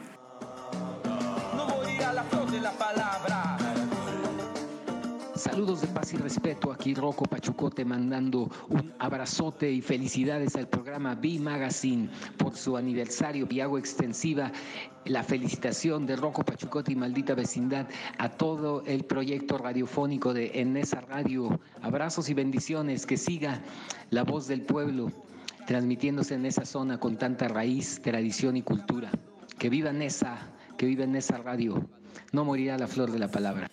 No voy a la flor de la palabra. Saludos de paz y respeto, aquí Rocco Pachucote mandando un abrazote y felicidades al programa V Magazine por su aniversario, y hago extensiva la felicitación de Rocco Pachucote y Maldita Vecindad a todo el proyecto radiofónico de En esa Radio. Abrazos y bendiciones, que siga la voz del pueblo transmitiéndose en esa zona con tanta raíz, tradición y cultura. Que viva Nesa, que viva en esa radio. No morirá la flor de la palabra.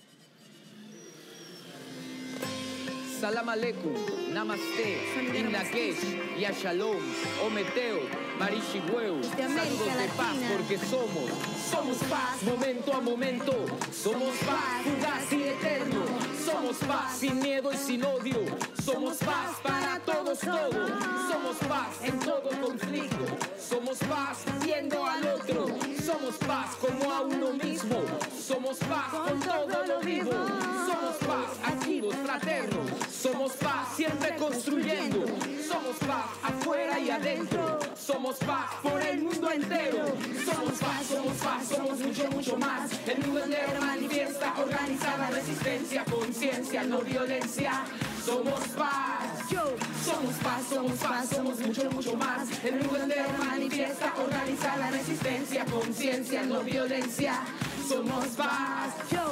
Salam aleikum, namaste, Innakesh, Ya Shalom, Ometeo, Marishiweu. Saludos de paz porque somos, somos paz, momento a momento. Somos paz, fugaz y eterno. Somos paz, sin miedo y sin odio. Somos paz para todos, todos. Somos paz en todo conflicto. Somos paz viendo al otro. Somos paz como a uno mismo. Somos paz con todo lo vivo. Somos paz, activos, fraternos. Somos paz, siempre construyendo. Somos paz, afuera y adentro. Somos paz por el mundo entero. Somos paz, somos paz, somos mucho, mucho más. El mundo entero manifiesta, organizada resistencia, conciencia, no violencia. Somos paz. Somos paz, somos paz, somos mucho, mucho más. El mundo entero manifiesta, organizada resistencia, conciencia, no violencia. Somos paz.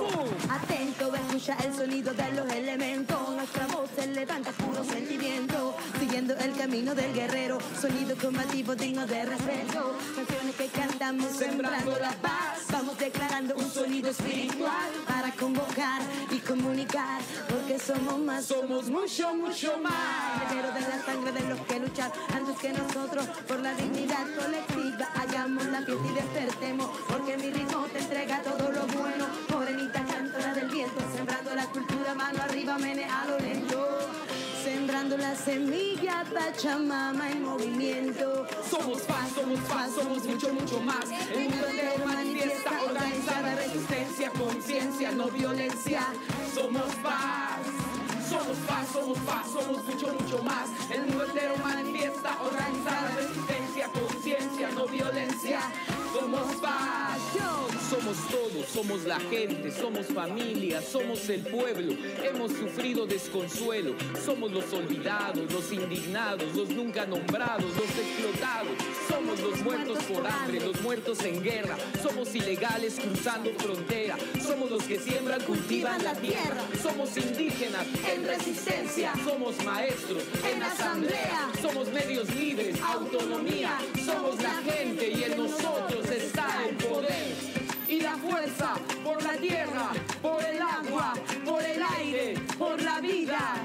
Atento, escucha el sonido de los elementos. Nuestra voz se levanta puro sentimiento, siguiendo el camino del guerrero. Sonido combativo digno de respeto. Canciones que cantamos sembrando la paz. Vamos declarando un sonido espiritual para convocar y comunicar, porque somos más, somos mucho, mucho más. Guerreros de la sangre de los que luchan antes que nosotros por la dignidad colectiva. Hagamos la fiesta y despertemos, porque mi ritmo te entrega todo lo bueno. Morenita cantora del viento, sembrando la cultura, mano arriba, menea a lo lento. Sembrando la semilla, Pachamama en movimiento. Somos paz, somos paz, somos mucho, mucho más. El mundo entero manifiesta, organizada resistencia, conciencia, no violencia. Somos paz. Somos paz, somos paz, somos mucho, mucho más. El mundo entero manifiesta, organizada resistencia, conciencia, no violencia. Somos paz. Somos todos, somos la gente, somos familia, somos el pueblo. Hemos sufrido desconsuelo. Somos los olvidados, los indignados, los nunca nombrados, los explotados. Somos los muertos por hambre, los muertos en guerra. Somos ilegales cruzando frontera. Somos los que siembran, cultivan la tierra. Somos indígenas en resistencia. Somos maestros en asamblea. Somos medios sueños libres, autonomía. Somos la gente y en nosotros está el poder y la fuerza por la tierra, por el agua, por el aire, por la vida.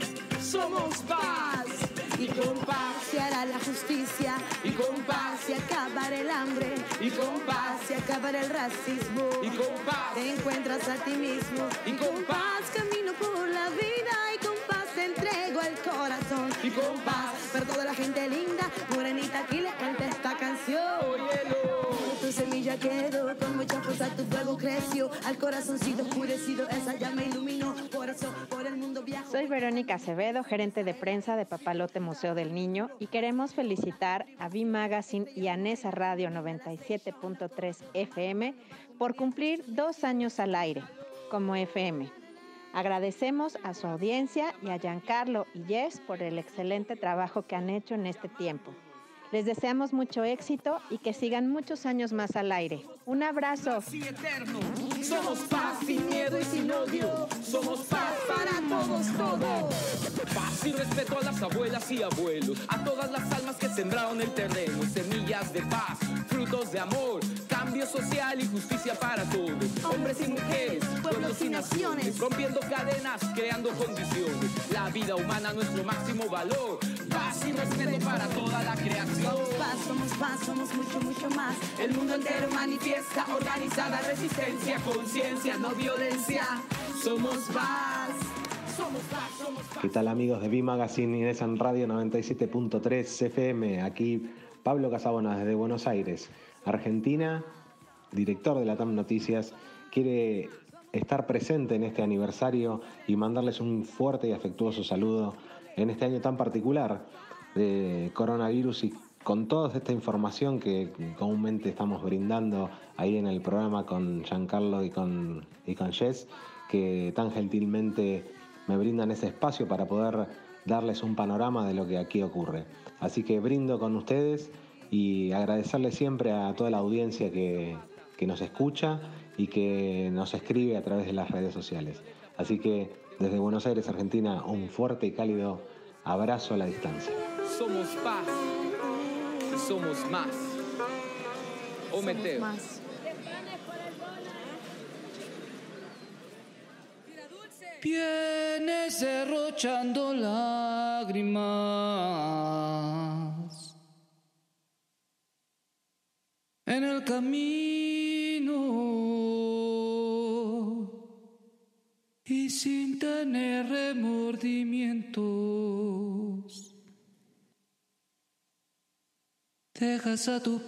Somos paz. Y con paz se hará la justicia. Y con paz se acabará el hambre. Y con paz se acabará el racismo. Y con paz te encuentras a ti mismo. Y con paz camino por la vida. Y con paz te entrego el corazón. Y con paz para toda la gente linda, morenita, aquí le canta esta canción. Óyelo. Tu semilla quedó, con mucha fuerza tu fuego creció. Al corazoncito oscurecido, esa llama iluminó. Por eso, por el mundo viajo. Soy Verónica Acevedo, gerente de prensa de Papalote Museo del Niño, y queremos felicitar a V Magazine y a Nesa Radio noventa y siete punto tres F M por cumplir dos años al aire como F M. Agradecemos a su audiencia y a Giancarlo y Jess por el excelente trabajo que han hecho en este tiempo. Les deseamos mucho éxito y que sigan muchos años más al aire. Un abrazo. Somos paz sin miedo y sin odio. Somos paz para todos, todos. Paz y respeto a las abuelas y abuelos, a todas las almas que sembraron el terreno. Semillas de paz, frutos de amor, cambio social y justicia para todos. Hombres y mujeres, pueblos y naciones, rompiendo cadenas, creando condiciones. La vida humana, nuestro máximo valor. Paz y respeto para toda la creación. Somos paz, somos paz, somos mucho, mucho más. El mundo entero manifiesta organizada resistencia, conciencia, no violencia. Somos paz. Somos paz, somos paz. ¿Qué tal, amigos de V Magazine y de San Radio noventa y siete punto tres F M? Aquí Pablo Casabona desde Buenos Aires, Argentina, director de Latam Noticias, quiere estar presente en este aniversario y mandarles un fuerte y afectuoso saludo en este año tan particular de coronavirus y con toda esta información que comúnmente estamos brindando ahí en el programa con Giancarlo y con, y con Jess, que tan gentilmente me brindan ese espacio para poder darles un panorama de lo que aquí ocurre. Así que brindo con ustedes y agradecerles siempre a toda la audiencia que, que nos escucha y que nos escribe a través de las redes sociales. Así que desde Buenos Aires, Argentina, un fuerte y cálido abrazo a la distancia. Somos paz y somos más. Ometeo. Más. Vienes derrochando lágrimas en el camino y sin tener remordimientos dejas a tu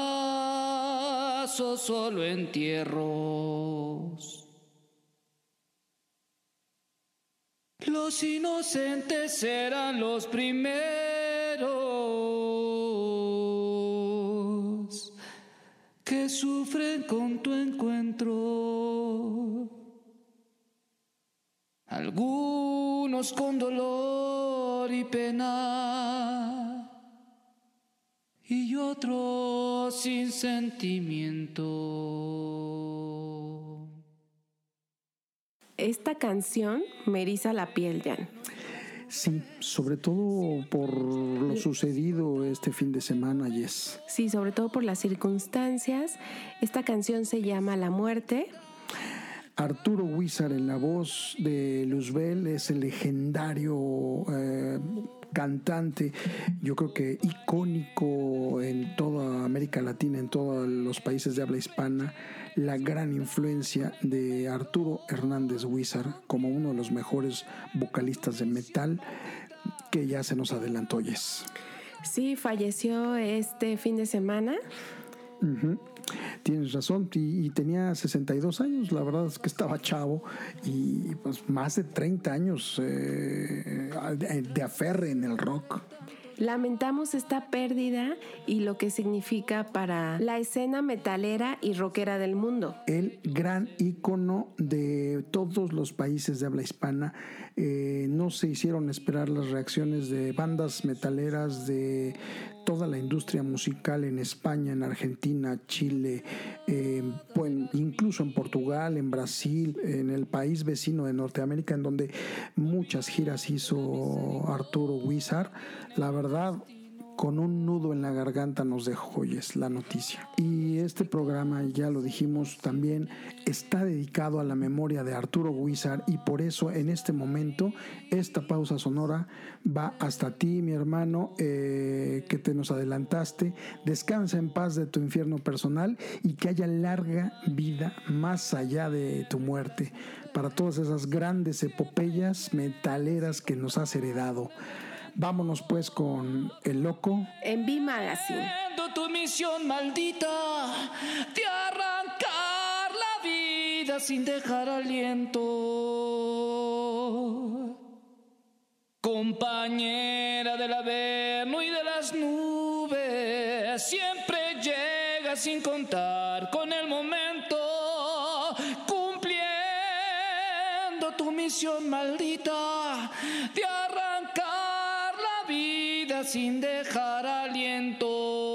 paso solo entierros. Los inocentes serán los primeros que sufren con tu encuentro. Algunos con dolor y pena y otros sin sentimiento. Esta canción me eriza la piel, Jan. Sí, sobre todo por lo sucedido este fin de semana, Jess. Sí, sobre todo por las circunstancias. Esta canción se llama La Muerte. Arturo Wizard en la voz de Luzbel es el legendario eh, cantante, yo creo que icónico en toda América Latina, en todos los países de habla hispana, la gran influencia de Arturo Hernández Wizard como uno de los mejores vocalistas de metal que ya se nos adelantó, Jess. Sí, falleció este fin de semana. Uh-huh. Tienes razón, y, y tenía sesenta y dos años, la verdad es que estaba chavo y pues más de treinta años eh, de aferre en el rock. Lamentamos esta pérdida y lo que significa para la escena metalera y rockera del mundo. El gran ícono de todos los países de habla hispana. Eh, no se hicieron esperar las reacciones de bandas metaleras de toda la industria musical en España, en Argentina, Chile, eh, pues, incluso en Portugal, en Brasil, en el país vecino de Norteamérica, en donde muchas giras hizo Arturo Wizard. La verdad, con un nudo en la garganta nos dejó hoy es la noticia. Y este programa, ya lo dijimos también, está dedicado a la memoria de Arturo Guízar, y por eso en este momento esta pausa sonora va hasta ti, mi hermano, eh, que te nos adelantaste. Descansa en paz de tu infierno personal y que haya larga vida más allá de tu muerte para todas esas grandes epopeyas metaleras que nos has heredado. Vámonos pues con El Loco en V Magazine. Tu misión maldita de arrancar la vida sin dejar aliento. Compañera del averno y de las nubes, siempre llega sin contar con el momento, cumpliendo tu misión maldita de arrancar la vida sin dejar aliento.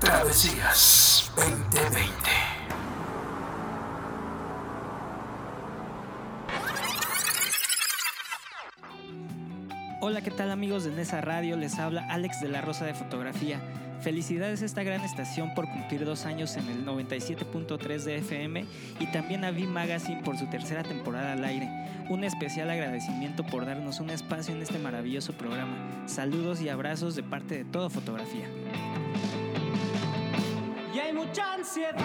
Travesías veinte veinte. Hola, ¿qué tal amigos de Nesa Radio? Les habla Alex de la Rosa de Fotografía. Felicidades a esta gran estación por cumplir dos años en el noventa y siete punto tres de F M y también a V Magazine por su tercera temporada al aire. Un especial agradecimiento por darnos un espacio en este maravilloso programa. Saludos y abrazos de parte de Todo Fotografía. Y hay mucha ansiedad.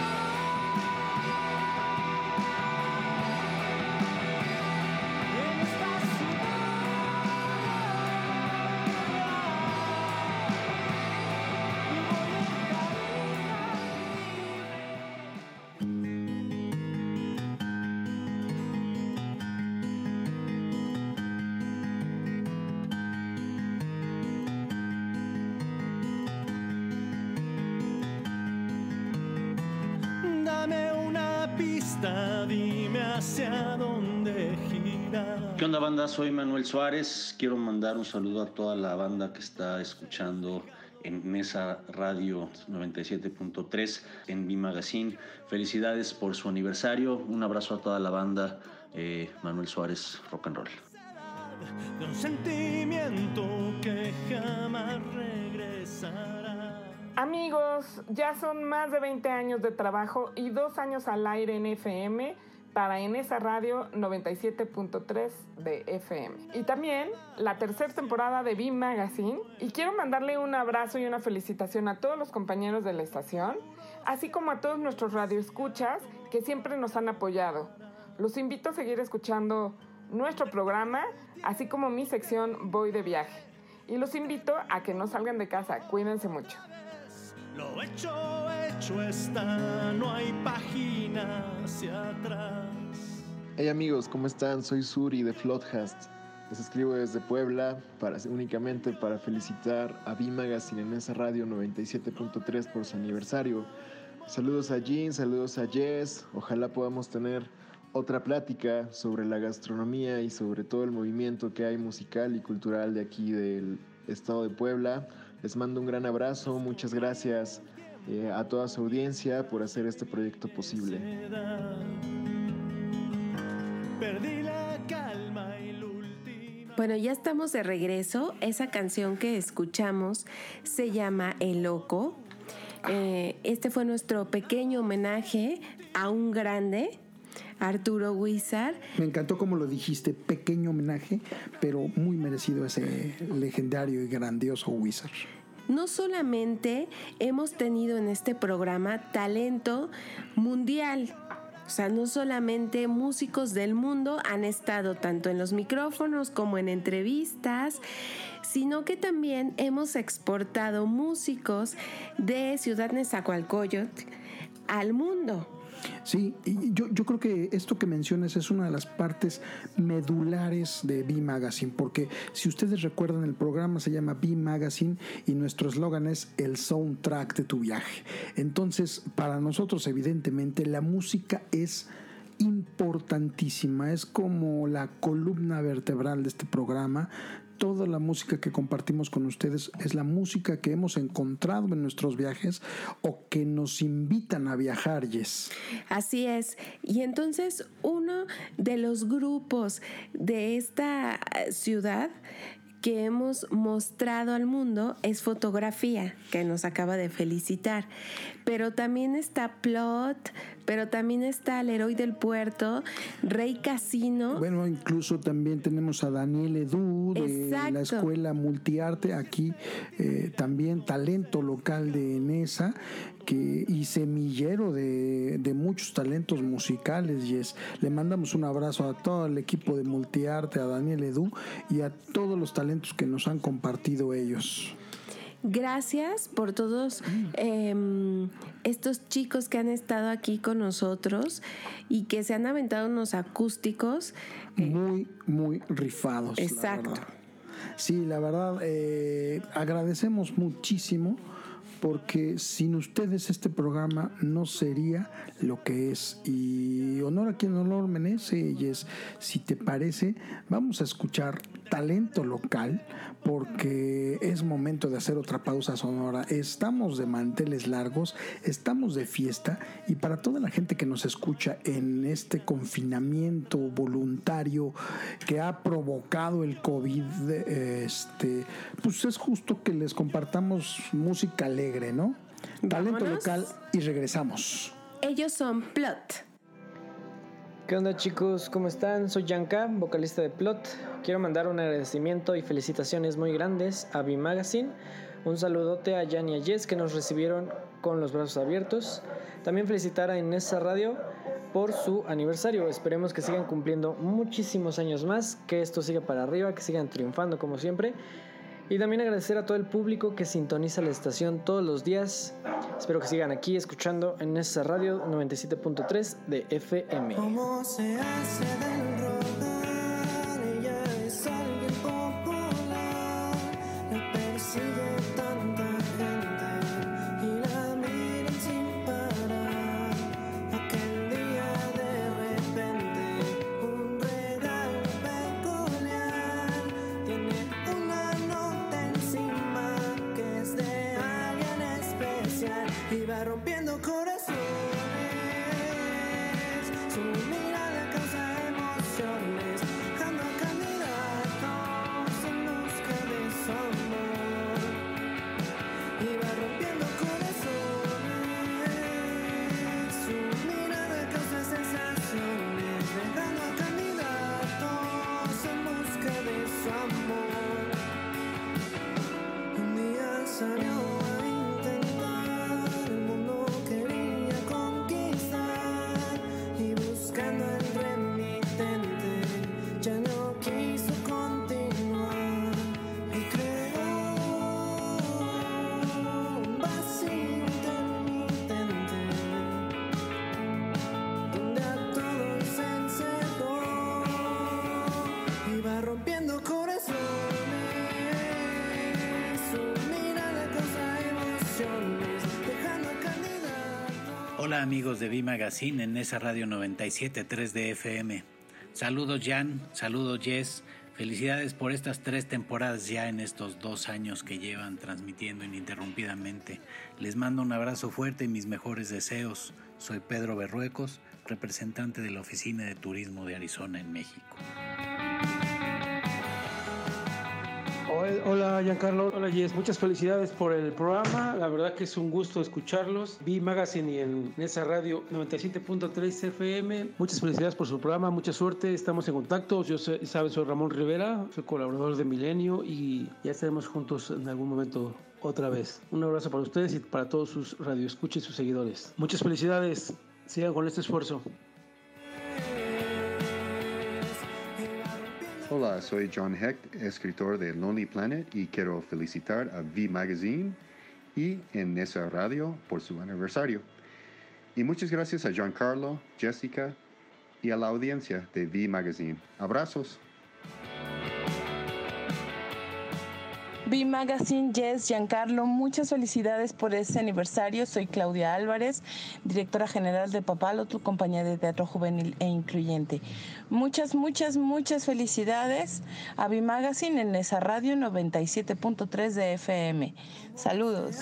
Dime hacia dónde girar. ¿Qué onda, banda? Soy Manuel Suárez. Quiero mandar un saludo a toda la banda que está escuchando en Nesa Radio noventa y siete punto tres en V Magazine. Felicidades por su aniversario. Un abrazo a toda la banda. Eh, Manuel Suárez, rock and roll. De un sentimiento que jamás regresará. Amigos, ya son más de veinte años de trabajo y dos años al aire en F M para Nesa Radio noventa y siete punto tres de F M. Y también la tercera temporada de V Magazine. Y quiero mandarle un abrazo y una felicitación a todos los compañeros de la estación, así como a todos nuestros radioescuchas que siempre nos han apoyado. Los invito a seguir escuchando nuestro programa, así como mi sección Voy de Viaje. Y los invito a que no salgan de casa. Cuídense mucho. Lo hecho, hecho está, no hay página hacia atrás. Hey amigos, ¿cómo están? Soy Suri de Floodcast. Les escribo desde Puebla para, únicamente para felicitar a V Magazine en esa radio noventa y siete punto tres por su aniversario. Saludos a Jean, saludos a Jess. Ojalá podamos tener otra plática sobre la gastronomía y sobre todo el movimiento que hay musical y cultural de aquí del estado de Puebla. Les mando un gran abrazo, muchas gracias eh, a toda su audiencia por hacer este proyecto posible. Perdí la calma y la última. Bueno, ya estamos de regreso. Esa canción que escuchamos se llama El Loco. Eh, este fue nuestro pequeño homenaje a un grande, Arturo Wizard. Me encantó como lo dijiste, pequeño homenaje, pero muy merecido ese legendario y grandioso Wizard. No solamente hemos tenido en este programa talento mundial, o sea, no solamente músicos del mundo han estado tanto en los micrófonos como en entrevistas, sino que también hemos exportado músicos de Ciudad Nezahualcóyotl al mundo. Sí, y yo, yo creo que esto que mencionas es una de las partes medulares de V Magazine, porque si ustedes recuerdan, el programa se llama V Magazine y nuestro eslogan es el soundtrack de tu viaje. Entonces, para nosotros, evidentemente, la música es importantísima, es como la columna vertebral de este programa. Toda la música que compartimos con ustedes es la música que hemos encontrado en nuestros viajes o que nos invitan a viajar, Yes. Así es. Y entonces uno de los grupos de esta ciudad que hemos mostrado al mundo es Fotografía, que nos acaba de felicitar. Pero también está Plot, pero también está El Héroe del Puerto, Rey Casino. Bueno, incluso también tenemos a Daniel Edu de Exacto. la Escuela Multiarte, aquí eh, también talento local de Nesa, que, y semillero de, de muchos talentos musicales. Yes. Le mandamos un abrazo a todo el equipo de Multiarte, a Daniel Edu y a todos los talentos que nos han compartido ellos. Gracias por todos eh, estos chicos que han estado aquí con nosotros y que se han aventado unos acústicos. Muy, muy rifados. Exacto. La verdad. Sí, la verdad, eh, agradecemos muchísimo porque sin ustedes este programa no sería lo que es. Y honor a quien honor merece, Jess. Si te parece, vamos a escuchar talento local, porque es momento de hacer otra pausa sonora. Estamos de manteles largos, estamos de fiesta, y para toda la gente que nos escucha en este confinamiento voluntario que ha provocado el COVID, este, pues es justo que les compartamos música alegre, ¿no? Talento Vámonos. local, y regresamos. Ellos son Plot. ¿Qué onda, chicos? ¿Cómo están? Soy Yanka, vocalista de Plot. Quiero mandar un agradecimiento y felicitaciones muy grandes a V Magazine. Un saludote a Jan y a Jess, que nos recibieron con los brazos abiertos. También felicitar a Inesa Radio por su aniversario. Esperemos que sigan cumpliendo muchísimos años más, que esto siga para arriba, que sigan triunfando como siempre. Y también agradecer a todo el público que sintoniza la estación todos los días. Espero que sigan aquí escuchando en esa radio noventa y siete punto tres de F M. ¿Cómo se hace del rogar? Ella es alguien popular. La persigue tanta gente y la miran sin parar. Aquel día de repente un regalo peculiar. Tiene una nota encima que es de alguien especial y va rompiendo corazones. Su mirada causa emociones, dejando candidatos en busca de su amor. Y va rompiendo corazones. Su mirada causa sensaciones, dejando candidatos en busca de su amor. Un día salió a intentar, el mundo quería conquistar, y buscando el remitente ya no quiso continuar, y creó un vacío intermitente donde a todos se encerró y va rompiendo corazones. Su mirada causa emociones, dejando candidatos. Hola amigos de V Magazine en esa radio noventa y siete punto tres de F M. Saludos Jan, saludos Jess. Felicidades por estas tres temporadas ya en estos dos años que llevan transmitiendo ininterrumpidamente. Les mando un abrazo fuerte y mis mejores deseos. Soy Pedro Berruecos, representante de la Oficina de Turismo de Arizona en México. Hola Giancarlo, hola Jess, muchas felicidades por el programa, la verdad que es un gusto escucharlos. V Magazine y en esa radio noventa y siete punto tres F M, muchas felicidades por su programa, mucha suerte, estamos en contacto. Yo sé, saben, soy Ramón Rivera, soy colaborador de Milenio y ya estaremos juntos en algún momento otra vez. Un abrazo para ustedes y para todos sus radioescuchas y sus seguidores. Muchas felicidades, sigan con este esfuerzo. Hola, soy John Hecht, escritor de Lonely Planet, y quiero felicitar a V Magazine y en esa radio por su aniversario. Y muchas gracias a Giancarlo, Jessica y a la audiencia de V Magazine. Abrazos. V Magazine, Jess, Giancarlo, muchas felicidades por este aniversario. Soy Claudia Álvarez, directora general de Papaloto, compañía de teatro juvenil e incluyente. Muchas, muchas, muchas felicidades a V Magazine en esa radio noventa y siete punto tres de F M. Saludos.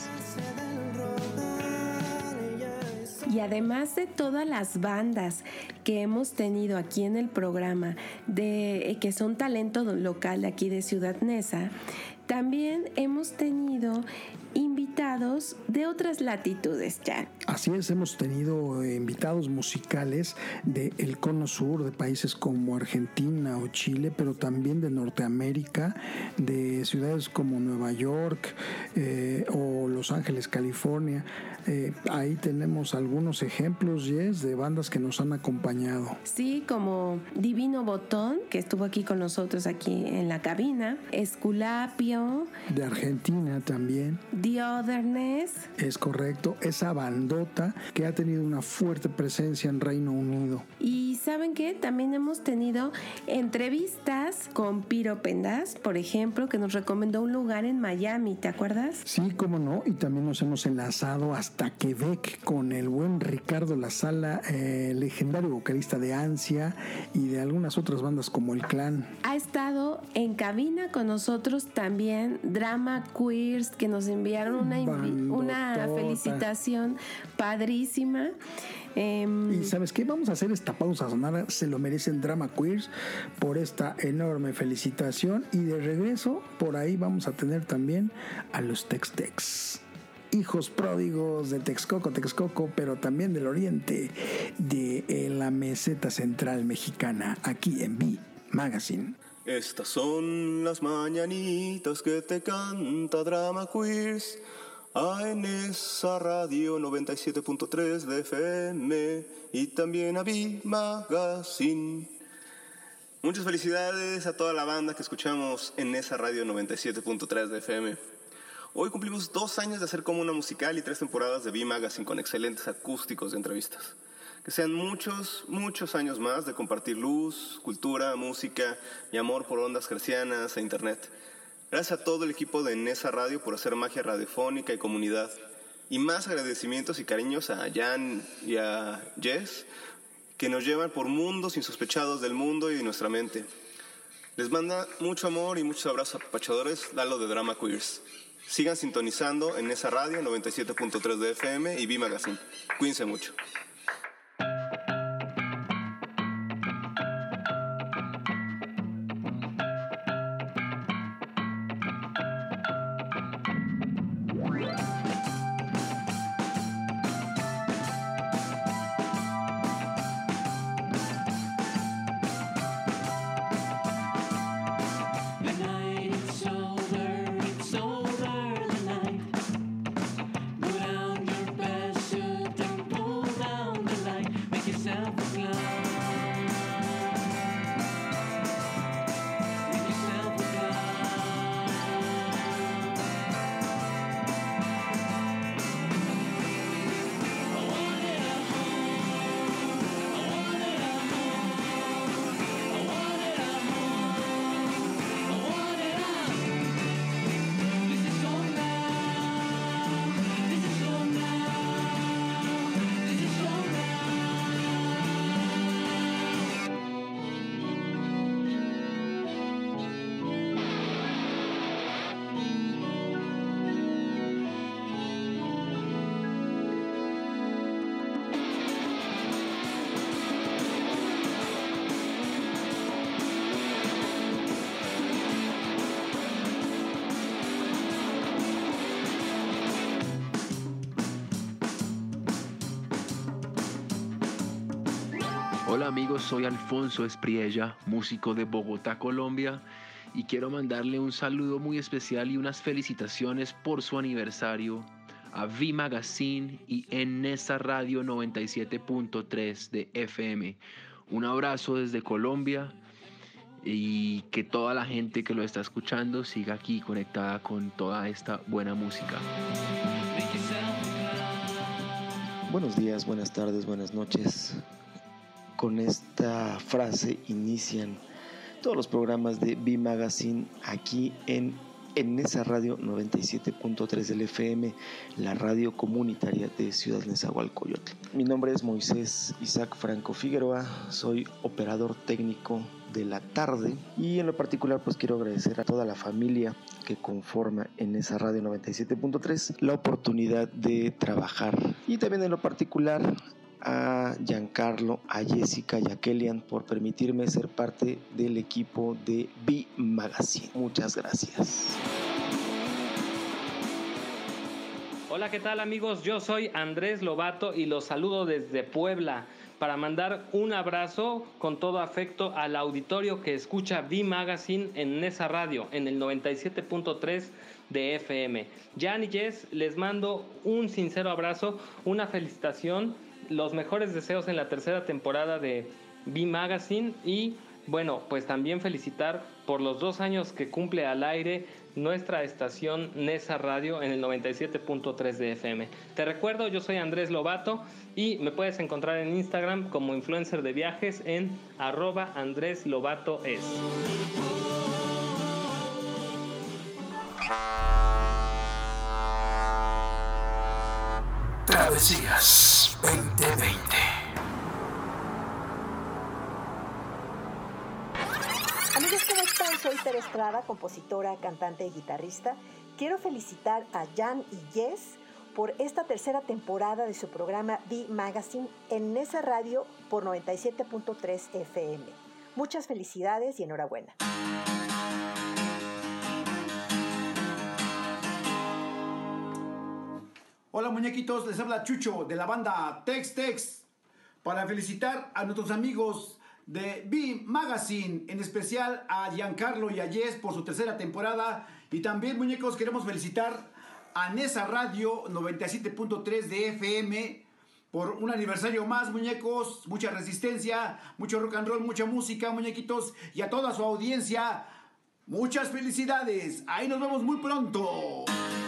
Y además de todas las bandas que hemos tenido aquí en el programa, de que son talento local de aquí de Ciudad Neza, también hemos tenido invitados de otras latitudes ya. Así es, hemos tenido eh, invitados musicales del Cono Sur, de países como Argentina o Chile, pero también de Norteamérica, de ciudades como Nueva York eh, o Los Ángeles, California. Eh, ahí tenemos algunos ejemplos, Yes, de bandas que nos han acompañado. Sí, como Divino Botón, que estuvo aquí con nosotros aquí en la cabina, Esculapio. De Argentina también. The Other. Wilderness. Es correcto, esa bandota que ha tenido una fuerte presencia en Reino Unido. Y ¿saben qué? También hemos tenido entrevistas con Piro Pendas, por ejemplo, que nos recomendó un lugar en Miami, ¿te acuerdas? Sí, cómo no, y también nos hemos enlazado hasta Quebec con el buen Ricardo La Sala, eh, legendario vocalista de Ansia y de algunas otras bandas como El Clan. Ha estado en cabina con nosotros también Drama Queers, que nos enviaron una, invi- una felicitación padrísima. Eh, y ¿sabes qué? Vamos a hacer esta pausa sonora, se lo merecen Drama Queers por esta enorme felicitación, y de regreso por ahí vamos a tener también a los Tex-Tex, hijos pródigos de Texcoco, Texcoco, pero también del oriente de eh, la meseta central mexicana, aquí en V Magazine. Estas son las mañanitas que te canta Drama Queers a en esa radio noventa y siete punto tres de F M y también a V Magazine. Muchas felicidades a toda la banda que escuchamos en esa radio noventa y siete punto tres de F M. Hoy cumplimos dos años de hacer Comuna Musical y tres temporadas de V Magazine con excelentes acústicos de entrevistas. Que sean muchos, muchos años más de compartir luz, cultura, música y amor por ondas gercianas e internet. Gracias a todo el equipo de Nesa Radio por hacer magia radiofónica y comunidad. Y más agradecimientos y cariños a Jan y a Jess, que nos llevan por mundos insospechados del mundo y de nuestra mente. Les manda mucho amor y muchos abrazos apapachadores, Lalo de Drama Queers. Sigan sintonizando en Nesa Radio noventa y siete punto tres de F M y V Magazine. Cuídense mucho. Hola amigos, soy Alfonso Espriella, músico de Bogotá, Colombia, y quiero mandarle un saludo muy especial y unas felicitaciones por su aniversario a V Magazine y en Nesa Radio noventa y siete punto tres de F M. Un abrazo desde Colombia y que toda la gente que lo está escuchando siga aquí conectada con toda esta buena música. Buenos días, buenas tardes, buenas noches. Con esta frase inician todos los programas de V Magazine aquí en, en esa radio noventa y siete punto tres del F M, la radio comunitaria de Ciudad Nezahualcóyotl. Mi nombre es Moisés Isaac Franco Figueroa, soy operador técnico de la tarde y en lo particular pues quiero agradecer a toda la familia que conforma en esa radio noventa y siete punto tres la oportunidad de trabajar, y también en lo particular a Giancarlo, a Jessica y a Kellyan por permitirme ser parte del equipo de V Magazine. Muchas gracias. Hola, ¿qué tal amigos? Yo soy Andrés Lobato y los saludo desde Puebla para mandar un abrazo con todo afecto al auditorio que escucha V Magazine en Nesa Radio en el noventa y siete punto tres de F M. Jan y Jess, les mando un sincero abrazo, una felicitación, los mejores deseos en la tercera temporada de V Magazine y Bueno, pues también felicitar por los dos años que cumple al aire nuestra estación Nesa Radio en el noventa y siete punto tres de F M. Te recuerdo, yo soy Andrés Lobato y me puedes encontrar en Instagram como influencer de viajes en arroba Andrés Lobato es. Travesías veinte veinte. Amigos, ¿cómo están? Soy Tere Estrada, compositora, cantante y guitarrista. Quiero felicitar a Jan y Jess por esta tercera temporada de su programa V Magazine en Nesa Radio por noventa y siete punto tres F M. Muchas felicidades y enhorabuena. Hola muñequitos, les habla Chucho de la banda Tex Tex para felicitar a nuestros amigos de V Magazine, en especial a Giancarlo y a Jess por su tercera temporada. Y también, muñecos, queremos felicitar a Nesa Radio noventa y siete punto tres de F M por un aniversario más, muñecos. Mucha resistencia, mucho rock and roll, mucha música, muñequitos, y a toda su audiencia, muchas felicidades. Ahí nos vemos muy pronto.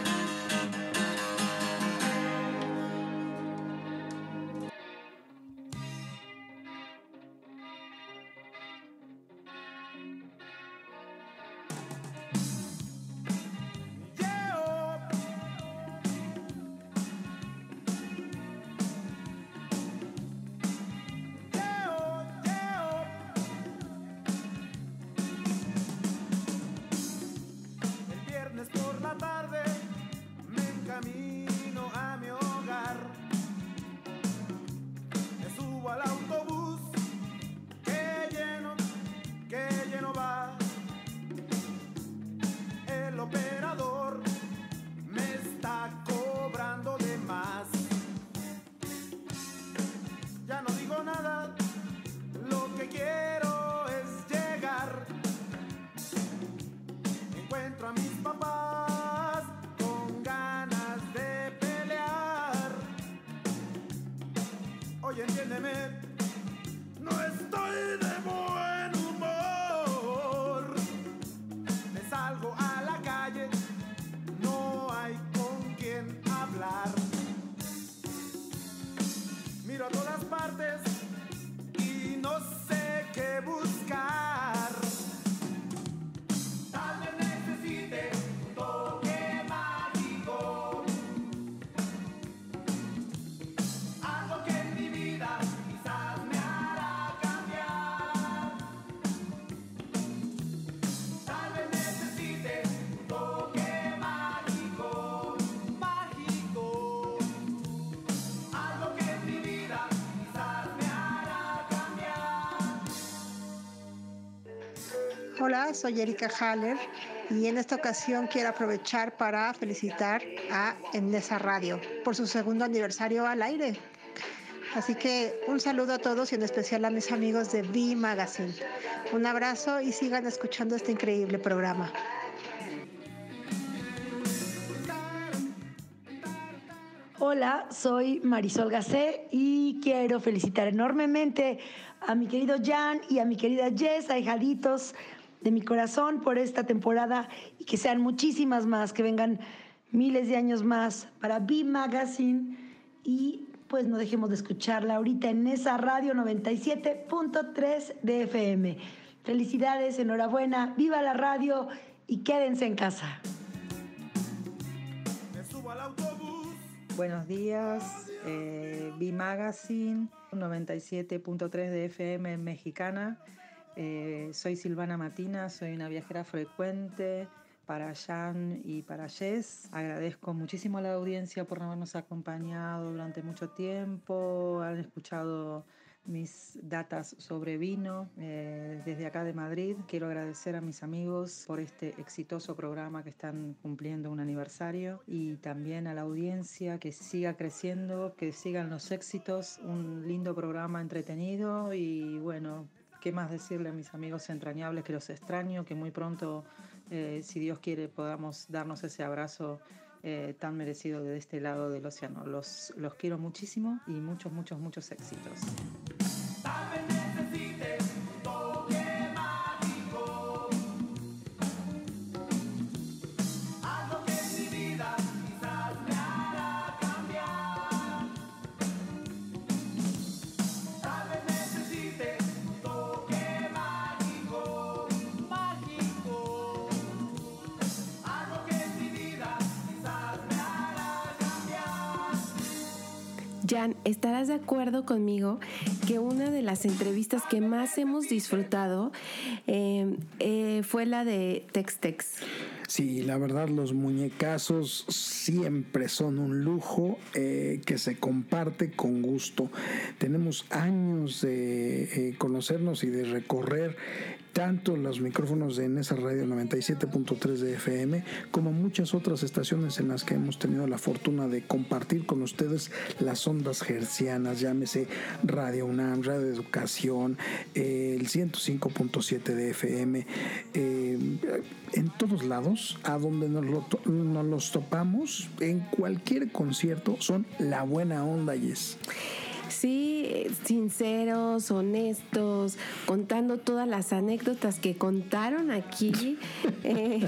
Oye, entiéndeme, no estoy de buen humor. Me salgo a la calle, no hay con quien hablar. Miro a todas partes y no sé qué buscar. Tal vez necesite un toque mágico, algo que en mi vida quizás me hará cambiar. Tal vez necesite un toque mágico, mágico, algo que en mi vida quizás me hará cambiar. Hola, soy Erika Haller y en esta ocasión quiero aprovechar para felicitar a Nesa Radio por su segundo aniversario al aire. Así que un saludo a todos y en especial a mis amigos de V Magazine. Un abrazo y sigan escuchando este increíble programa. Hola, soy Marisol Gacé y quiero felicitar enormemente a mi querido Jan y a mi querida Jess, ahijaditos de mi corazón, por esta temporada y que sean muchísimas más, que vengan miles de años más para V Magazine y pues no dejemos de escucharla ahorita en esa radio noventa y siete punto tres de F M. Felicidades, enhorabuena, viva la radio y quédense en casa. Buenos días, eh, V Magazine noventa y siete punto tres de F M mexicana. Eh, soy Silvana Matina, soy una viajera frecuente para Jan y para Jess. Agradezco muchísimo a la audiencia por habernos acompañado durante mucho tiempo, han escuchado mis datas sobre vino eh, desde acá de Madrid. Quiero agradecer a mis amigos por este exitoso programa que están cumpliendo un aniversario y también a la audiencia que siga creciendo, que sigan los éxitos, un lindo programa entretenido y bueno, qué más decirle a mis amigos entrañables que los extraño, que muy pronto, eh, si Dios quiere, podamos darnos ese abrazo eh, tan merecido de este lado del océano. Los, los quiero muchísimo y muchos, muchos, muchos éxitos. Tal vez necesite un toque Jan, ¿estarás de acuerdo conmigo que una de las entrevistas que más hemos disfrutado eh, eh, fue la de Tex Tex? Sí, la verdad los muñecazos siempre son un lujo eh, que se comparte con gusto. Tenemos años de eh, conocernos y de recorrer tanto los micrófonos de Nesa Radio noventa y siete punto tres de F M como muchas otras estaciones en las que hemos tenido la fortuna de compartir con ustedes las ondas hertzianas, llámese Radio UNAM, Radio Educación, eh, el ciento cinco punto siete de F M, eh, en todos lados, a donde nos, lo to- nos los topamos, en cualquier concierto, son la buena onda, Yes. Sí, sinceros, honestos, contando todas las anécdotas que contaron aquí. Eh.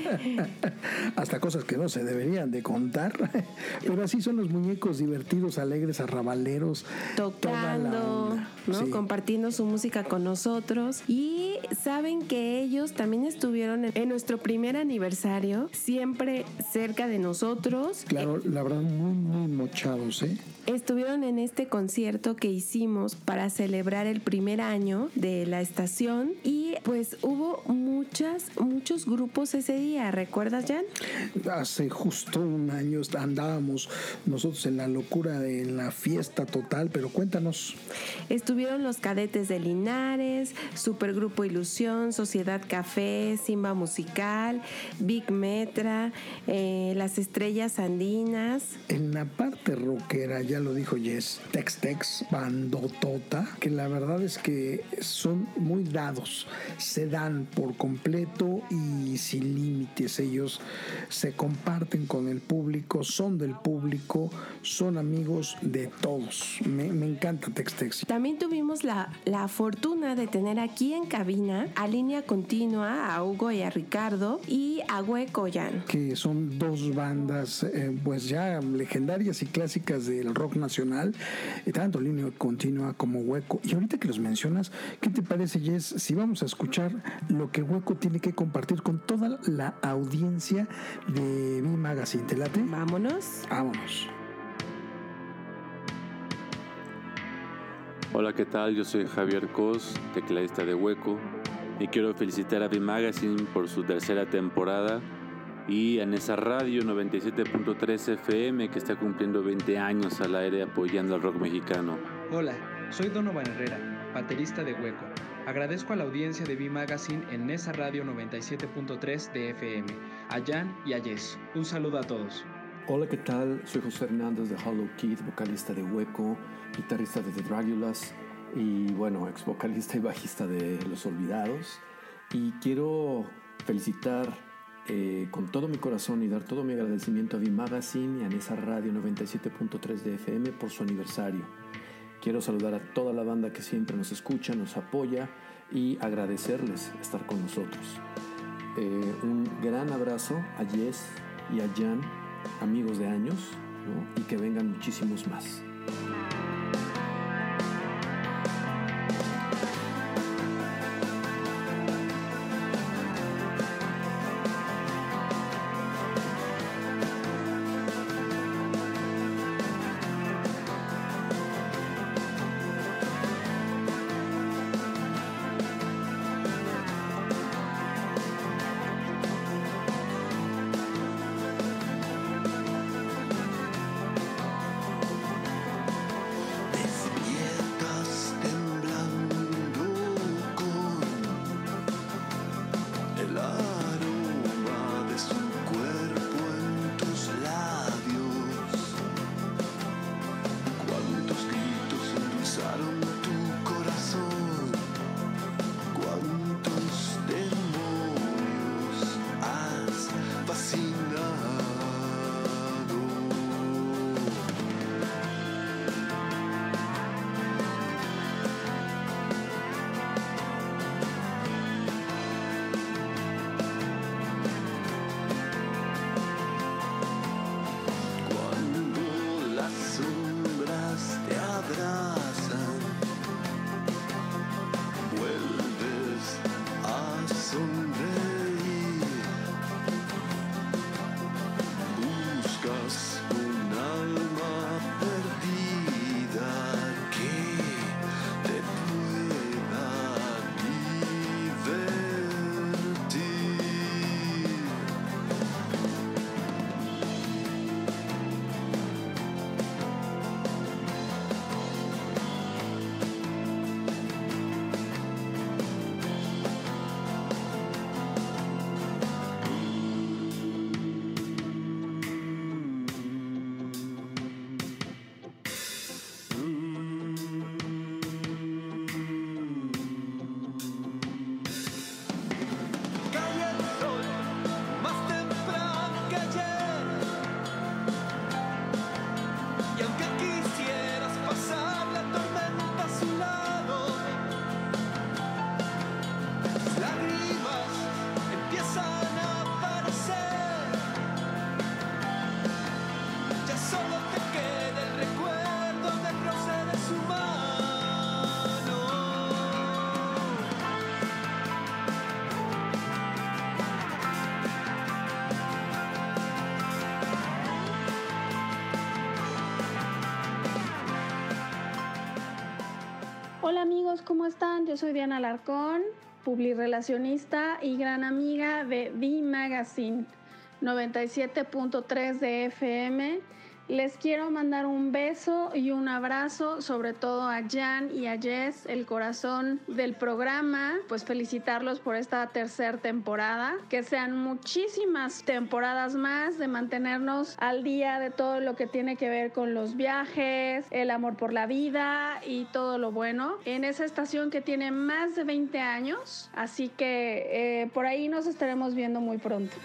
Hasta cosas que no se deberían de contar. Pero así son los muñecos divertidos, alegres, arrabaleros. Tocando, ¿no? Sí. Compartiendo su música con nosotros. Y saben que ellos también estuvieron en nuestro primer aniversario, siempre cerca de nosotros. Claro, la verdad, muy, muy mochados, ¿eh? Estuvieron en este concierto que hicimos para celebrar el primer año de la estación y pues hubo muchas, muchos grupos ese día, ¿recuerdas, Jan? Hace justo un año andábamos nosotros en la locura de la fiesta total, pero cuéntanos. Estuvieron los Cadetes de Linares, Supergrupo Ilusión, Sociedad Café, Simba Musical, Big Metra, eh, Las Estrellas Andinas. En la parte rockera, ya lo dijo Yes, Tex Tex, bandotota, que la verdad es que son muy dados, se dan por completo y sin límites. Ellos se comparten con el público, son del público, son amigos de todos. Me, me encanta Tex Tex. También tuvimos la, la fortuna de tener aquí en cabina a Línea Continua, a Hugo y a Ricardo, y a Hueco, Jan. Que son dos bandas eh, pues ya legendarias y clásicas del rock nacional, tanto Línea Continua como Hueco. Y ahorita que los mencionas, ¿qué te parece, Jess, si vamos a escuchar lo que Hueco tiene que compartir con toda la audiencia de V Magazine? ¿Te late? Vámonos. Vámonos. Hola, ¿qué tal? Yo soy Javier Cos, tecladista de Hueco, y quiero felicitar a V Magazine por su tercera temporada y a Nesa Radio noventa y siete punto tres F M, que está cumpliendo veinte años al aire apoyando al rock mexicano. Hola, soy Donovan Herrera, baterista de Hueco. Agradezco a la audiencia de V Magazine en Nesa Radio noventa y siete punto tres de F M, a Jan y a Jess. Un saludo a todos. Hola, ¿qué tal? Soy José Hernández de Hollow Kid, vocalista de Hueco, guitarrista de The Dragulas y, bueno, ex vocalista y bajista de Los Olvidados. Y quiero felicitar Eh, con todo mi corazón y dar todo mi agradecimiento a V Magazine y a Nesa Radio noventa y siete punto tres de F M por su aniversario. Quiero saludar a toda la banda que siempre nos escucha, nos apoya y agradecerles estar con nosotros. Eh, un gran abrazo a Jess y a Jan, amigos de años, ¿no? Y que vengan muchísimos más. ¿cómo están? Yo soy Diana Alarcón, publirelacionista y gran amiga de V Magazine noventa y siete punto tres de F M. Les quiero mandar un beso y un abrazo, sobre todo a Jan y a Jess, el corazón del programa. Pues felicitarlos por esta tercera temporada. Que sean muchísimas temporadas más, de mantenernos al día de todo lo que tiene que ver con los viajes, el amor por la vida y todo lo bueno. En esa estación que tiene más de veinte años. Así que eh, por ahí nos estaremos viendo muy pronto.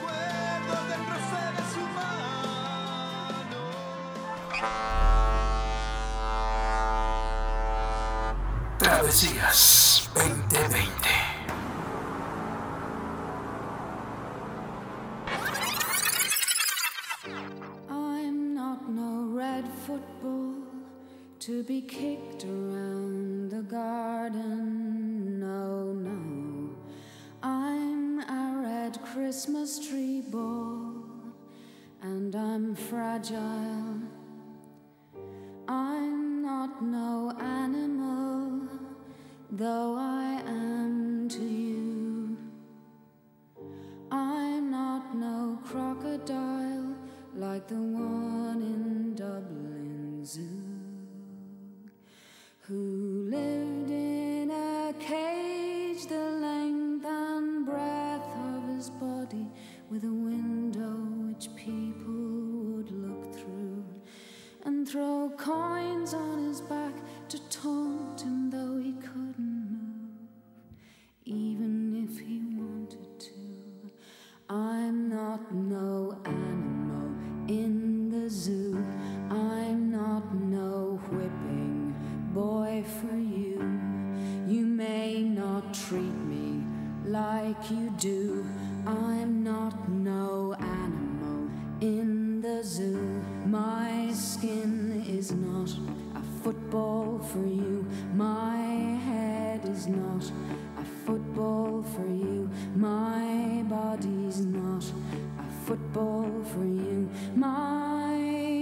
Travesías veinte veinte. I'm not no red football to be kicked around the garden. No, no. I'm a red Christmas tree ball, and I'm fragile. I'm not no animal, though I am to you. I'm not no crocodile like the one in Dublin Zoo, who lived in a cage the length and breadth of his body, with a window which people would look through and throw coins on his back to taunt him, though he couldn't move, even if he wanted to. I'm not no animal in the zoo. I'm not no whipping boy for you. You may not treat me like you do. I'm not no animal in the zoo. My skin is not a football for you. My head is not a football for you. My body's not a football for you. My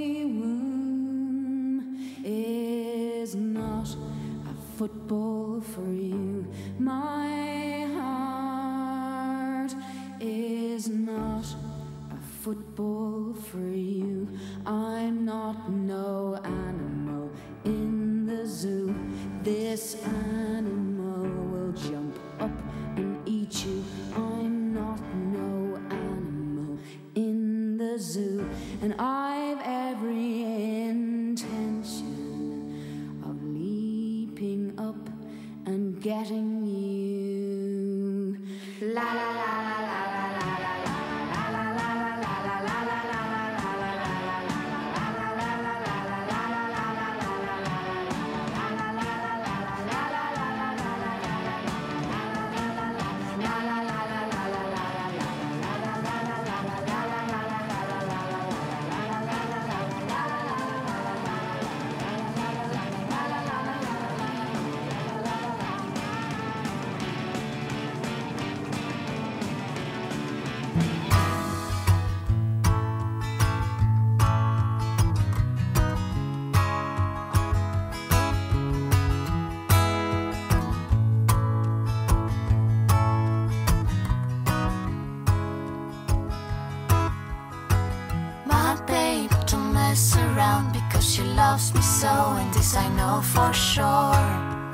womb is not a football for you. My heart is not a football for you. I'm not no animal in the zoo. This animal will jump up and eat you. I'm not no animal in the zoo, and I've every intention of leaping up and getting you. La la la la la la la la la la la la la la la. She loves me so, and this I know for sure.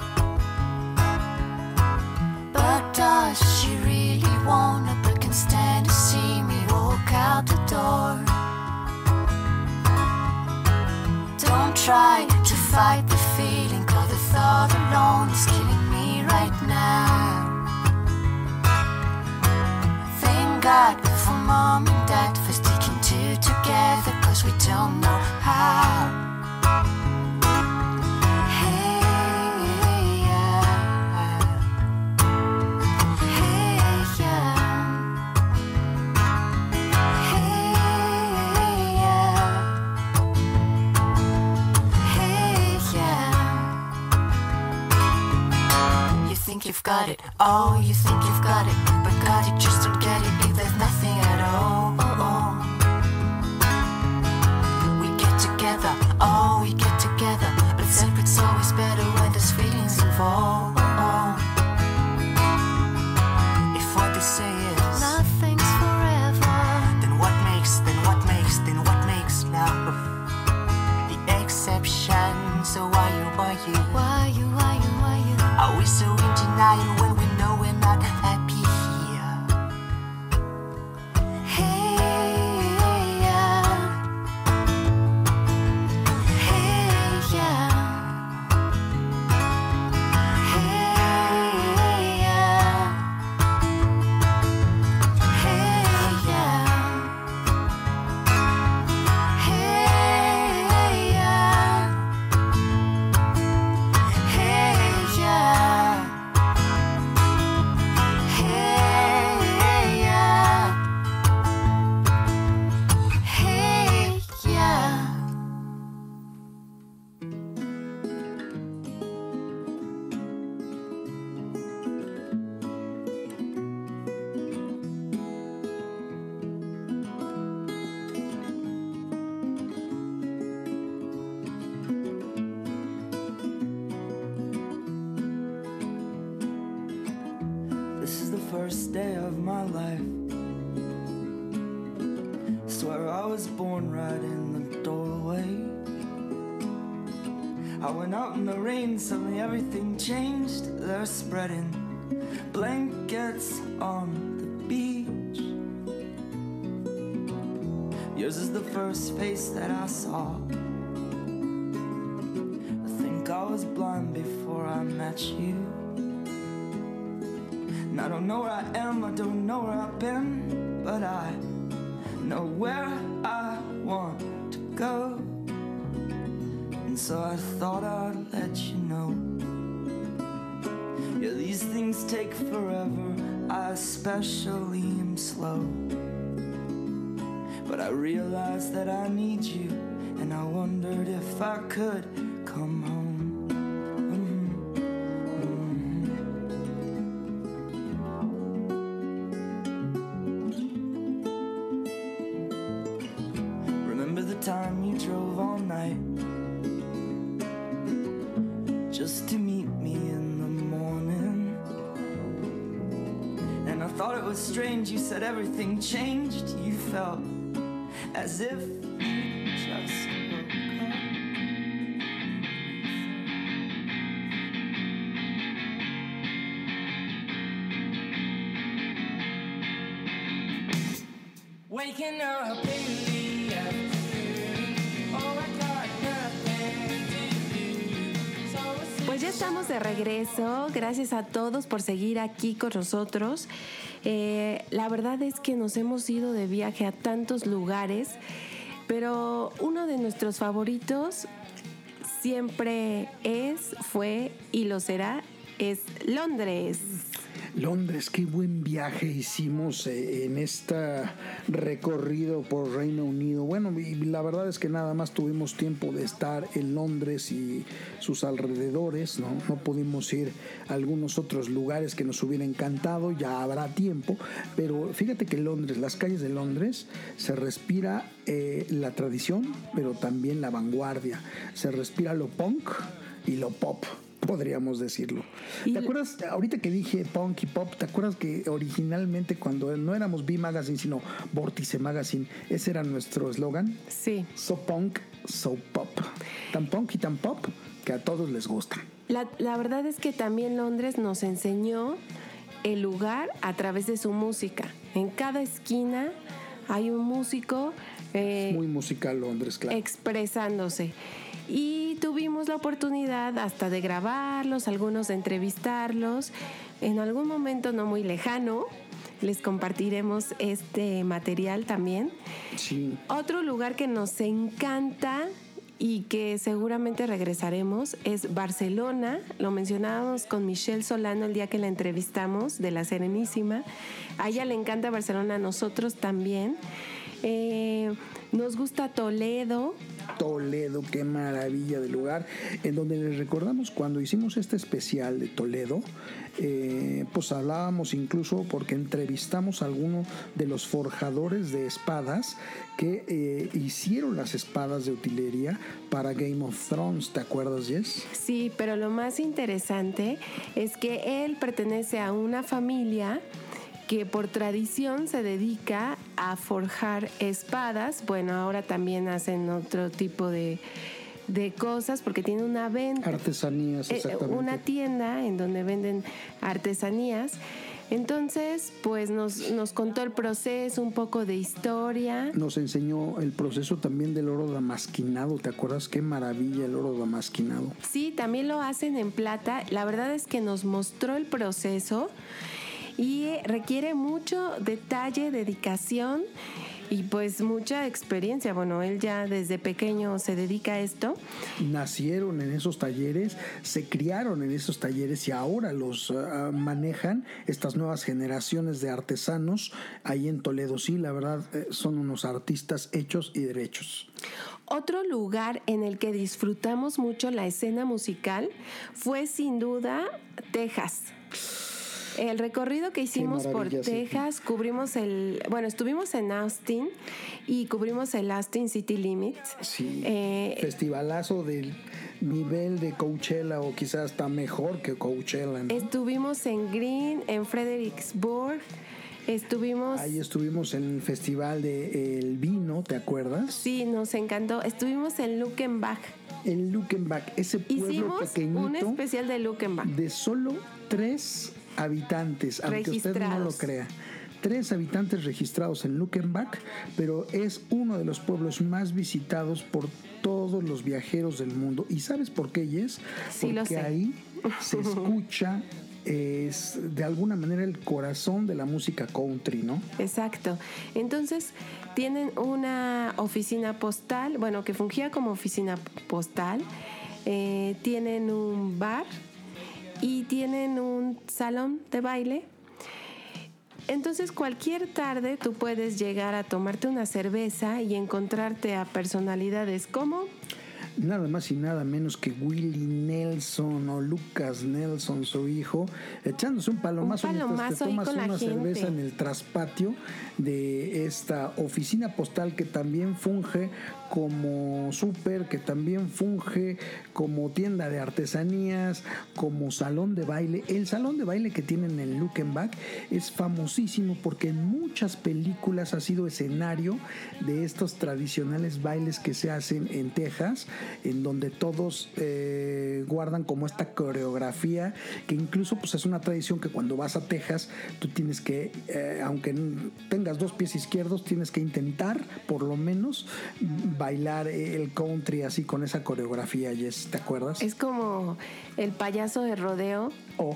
But does she really wanna? But can stand to see me walk out the door. Don't try to fight the feeling, 'cause the thought alone is killing me right now. Thank God for mom and dad for sticking two together, 'cause we don't know how. You've got it, oh, you think you've got it, but God, you just don't get it if there's nothing at all. Oh, oh. We get together, oh, we get together, but separate's always better when there's feelings involved. first day of my life. Swear I was born right in the doorway. I went out in the rain, suddenly everything changed. They're spreading blankets on the beach. Yours is the first face that I saw. I think I was blind before I met you. And I don't know where I am, I don't know where I've been, but I know where I want to go. And so I thought I'd let you know. Yeah, these things take forever, I especially am slow. But I realized that I need you, and I wondered if I could come home. Time you drove all night just to meet me in the morning. And I thought it was strange, you said everything changed. You felt as if you just woke up. Waking up in the afternoon. Pues ya estamos de regreso. Gracias a todos por seguir aquí con nosotros. Eh, la verdad es que nos hemos ido de viaje a tantos lugares, pero uno de nuestros favoritos siempre es, fue y lo será, es Londres. Londres, qué buen viaje hicimos eh, en este recorrido por Reino Unido. Bueno, y la verdad es que nada más tuvimos tiempo de estar en Londres y sus alrededores, ¿no? No pudimos ir a algunos otros lugares que nos hubiera encantado, ya habrá tiempo, pero fíjate que Londres, las calles de Londres, se respira eh, la tradición, pero también la vanguardia. Se respira lo punk y lo pop, podríamos decirlo. ¿Te acuerdas, ahorita que dije punk y pop, te acuerdas que originalmente cuando no éramos V Magazine, sino Vórtice Magazine, ese era nuestro eslogan? Sí. So punk, so pop. Tan punk y tan pop que a todos les gusta. La, la verdad es que también Londres nos enseñó el lugar a través de su música. En cada esquina hay un músico eh, muy musical Londres, claro, expresándose. Y tuvimos la oportunidad hasta de grabarlos, algunos de entrevistarlos. En algún momento no muy lejano les compartiremos este material también. Sí. Otro lugar que nos encanta y que seguramente regresaremos es Barcelona. Lo mencionábamos con Michelle Solano el día que la entrevistamos, de La Serenísima. A ella le encanta Barcelona, a nosotros también. Eh, nos gusta Toledo. Toledo, qué maravilla de lugar, en donde les recordamos cuando hicimos este especial de Toledo, eh, pues hablábamos incluso porque entrevistamos a algunos de los forjadores de espadas que eh, hicieron las espadas de utilería para Game of Thrones, ¿te acuerdas, Jess? Sí, pero lo más interesante es que él pertenece a una familia que por tradición se dedica a forjar espadas. Bueno, ahora también hacen otro tipo de, de cosas porque tiene una venta. Artesanías, exactamente. Eh, una tienda en donde venden artesanías. Entonces, pues nos, nos contó el proceso, un poco de historia. Nos enseñó el proceso también del oro damasquinado. ¿Te acuerdas? Qué maravilla el oro damasquinado. Sí, también lo hacen en plata. La verdad es que nos mostró el proceso y requiere mucho detalle, dedicación y pues mucha experiencia. Bueno, él ya desde pequeño se dedica a esto. Nacieron en esos talleres, se criaron en esos talleres y ahora los uh, manejan estas nuevas generaciones de artesanos ahí en Toledo. Sí, la verdad, eh, son unos artistas hechos y derechos. Otro lugar en el que disfrutamos mucho la escena musical fue sin duda Texas. El recorrido que hicimos por Texas, sí. cubrimos el, bueno, estuvimos en Austin y cubrimos el Austin City Limits. Sí, eh, festivalazo del nivel de Coachella o quizás hasta mejor que Coachella, ¿no? Estuvimos en Green, en Fredericksburg. Estuvimos... Ahí estuvimos en el festival de El Vino, ¿te acuerdas? Sí, nos encantó. Estuvimos en Luckenbach. En Luckenbach, ese pueblo Hicimos pequeñito. un especial de Luckenbach. De solo tres habitantes, aunque usted no lo crea. Tres habitantes registrados en Luckenbach, pero es uno de los pueblos más visitados por todos los viajeros del mundo. ¿Y sabes por qué, Jess? Sí, porque lo sé. ahí se escucha... es de alguna manera el corazón de la música country, ¿no? Exacto. Entonces tienen una oficina postal, bueno, que fungía como oficina postal, eh, tienen un bar y tienen un salón de baile. Entonces cualquier tarde tú puedes llegar a tomarte una cerveza y encontrarte a personalidades como... Nada más y nada menos que Willie Nelson o Lucas Nelson, su hijo, echándose un palomazo, un palomazo mientras te tomas una una cerveza gente. en el traspatio de esta oficina postal que también funge como súper, que también funge como tienda de artesanías, como salón de baile. El salón de baile que tienen en Luckenbach es famosísimo porque en muchas películas ha sido escenario de estos tradicionales bailes que se hacen en Texas, en donde todos eh, guardan como esta coreografía, que incluso pues es una tradición que cuando vas a Texas tú tienes que, eh, aunque tengas dos pies izquierdos, tienes que intentar por lo menos bailar el country así con esa coreografía. Jess, ¿te acuerdas? Es como el payaso de rodeo. Oh.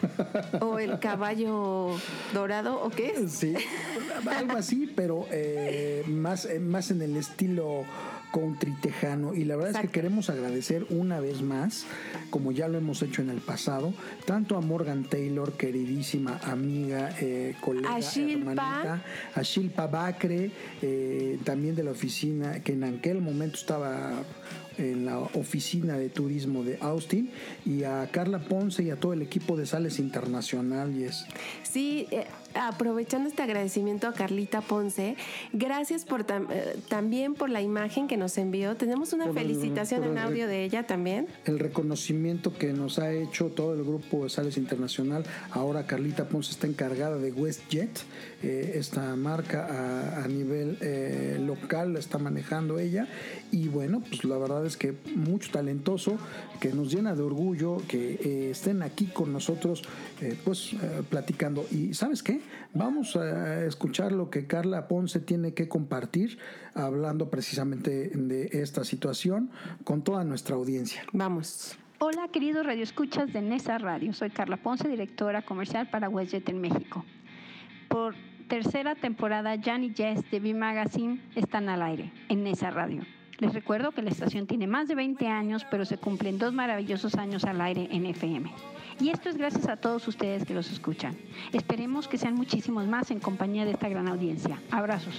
O el caballo dorado, ¿o qué es? Sí, algo así, pero eh, más, más en el estilo country tejano. Y la verdad Exacto. es que queremos agradecer una vez más, como ya lo hemos hecho en el pasado, tanto a Morgan Taylor, queridísima amiga, eh, colega, a Shilpa. hermanita, a Shilpa Bacre, eh, también de la oficina, que en aquel momento estaba en la oficina de turismo de Austin, y a Carla Ponce y a todo el equipo de Sales Internacional. Yes. Sí, eh, aprovechando este agradecimiento a Carlita Ponce, gracias por tam- eh, también por la imagen que nos envió. Tenemos una por felicitación el, en audio el, de ella también. El reconocimiento que nos ha hecho todo el grupo de Sales Internacional. Ahora Carlita Ponce está encargada de WestJet, eh, esta marca a, a nivel eh, local la está manejando ella, y bueno, pues la verdad es que mucho talentoso, que nos llena de orgullo que eh, estén aquí con nosotros, eh, pues eh, platicando. Y ¿sabes qué? Vamos a escuchar lo que Carla Ponce tiene que compartir, hablando precisamente de esta situación con toda nuestra audiencia. Vamos. Hola, queridos radioescuchas de Nesa Radio. Soy Carla Ponce, directora comercial para WestJet en México. Por tercera temporada, Jan y Jess de V Magazine están al aire en Nesa Radio. Les recuerdo que la estación tiene más de veinte años, pero se cumplen dos maravillosos años al aire en F M. Y esto es gracias a todos ustedes que los escuchan. Esperemos que sean muchísimos más en compañía de esta gran audiencia. Abrazos.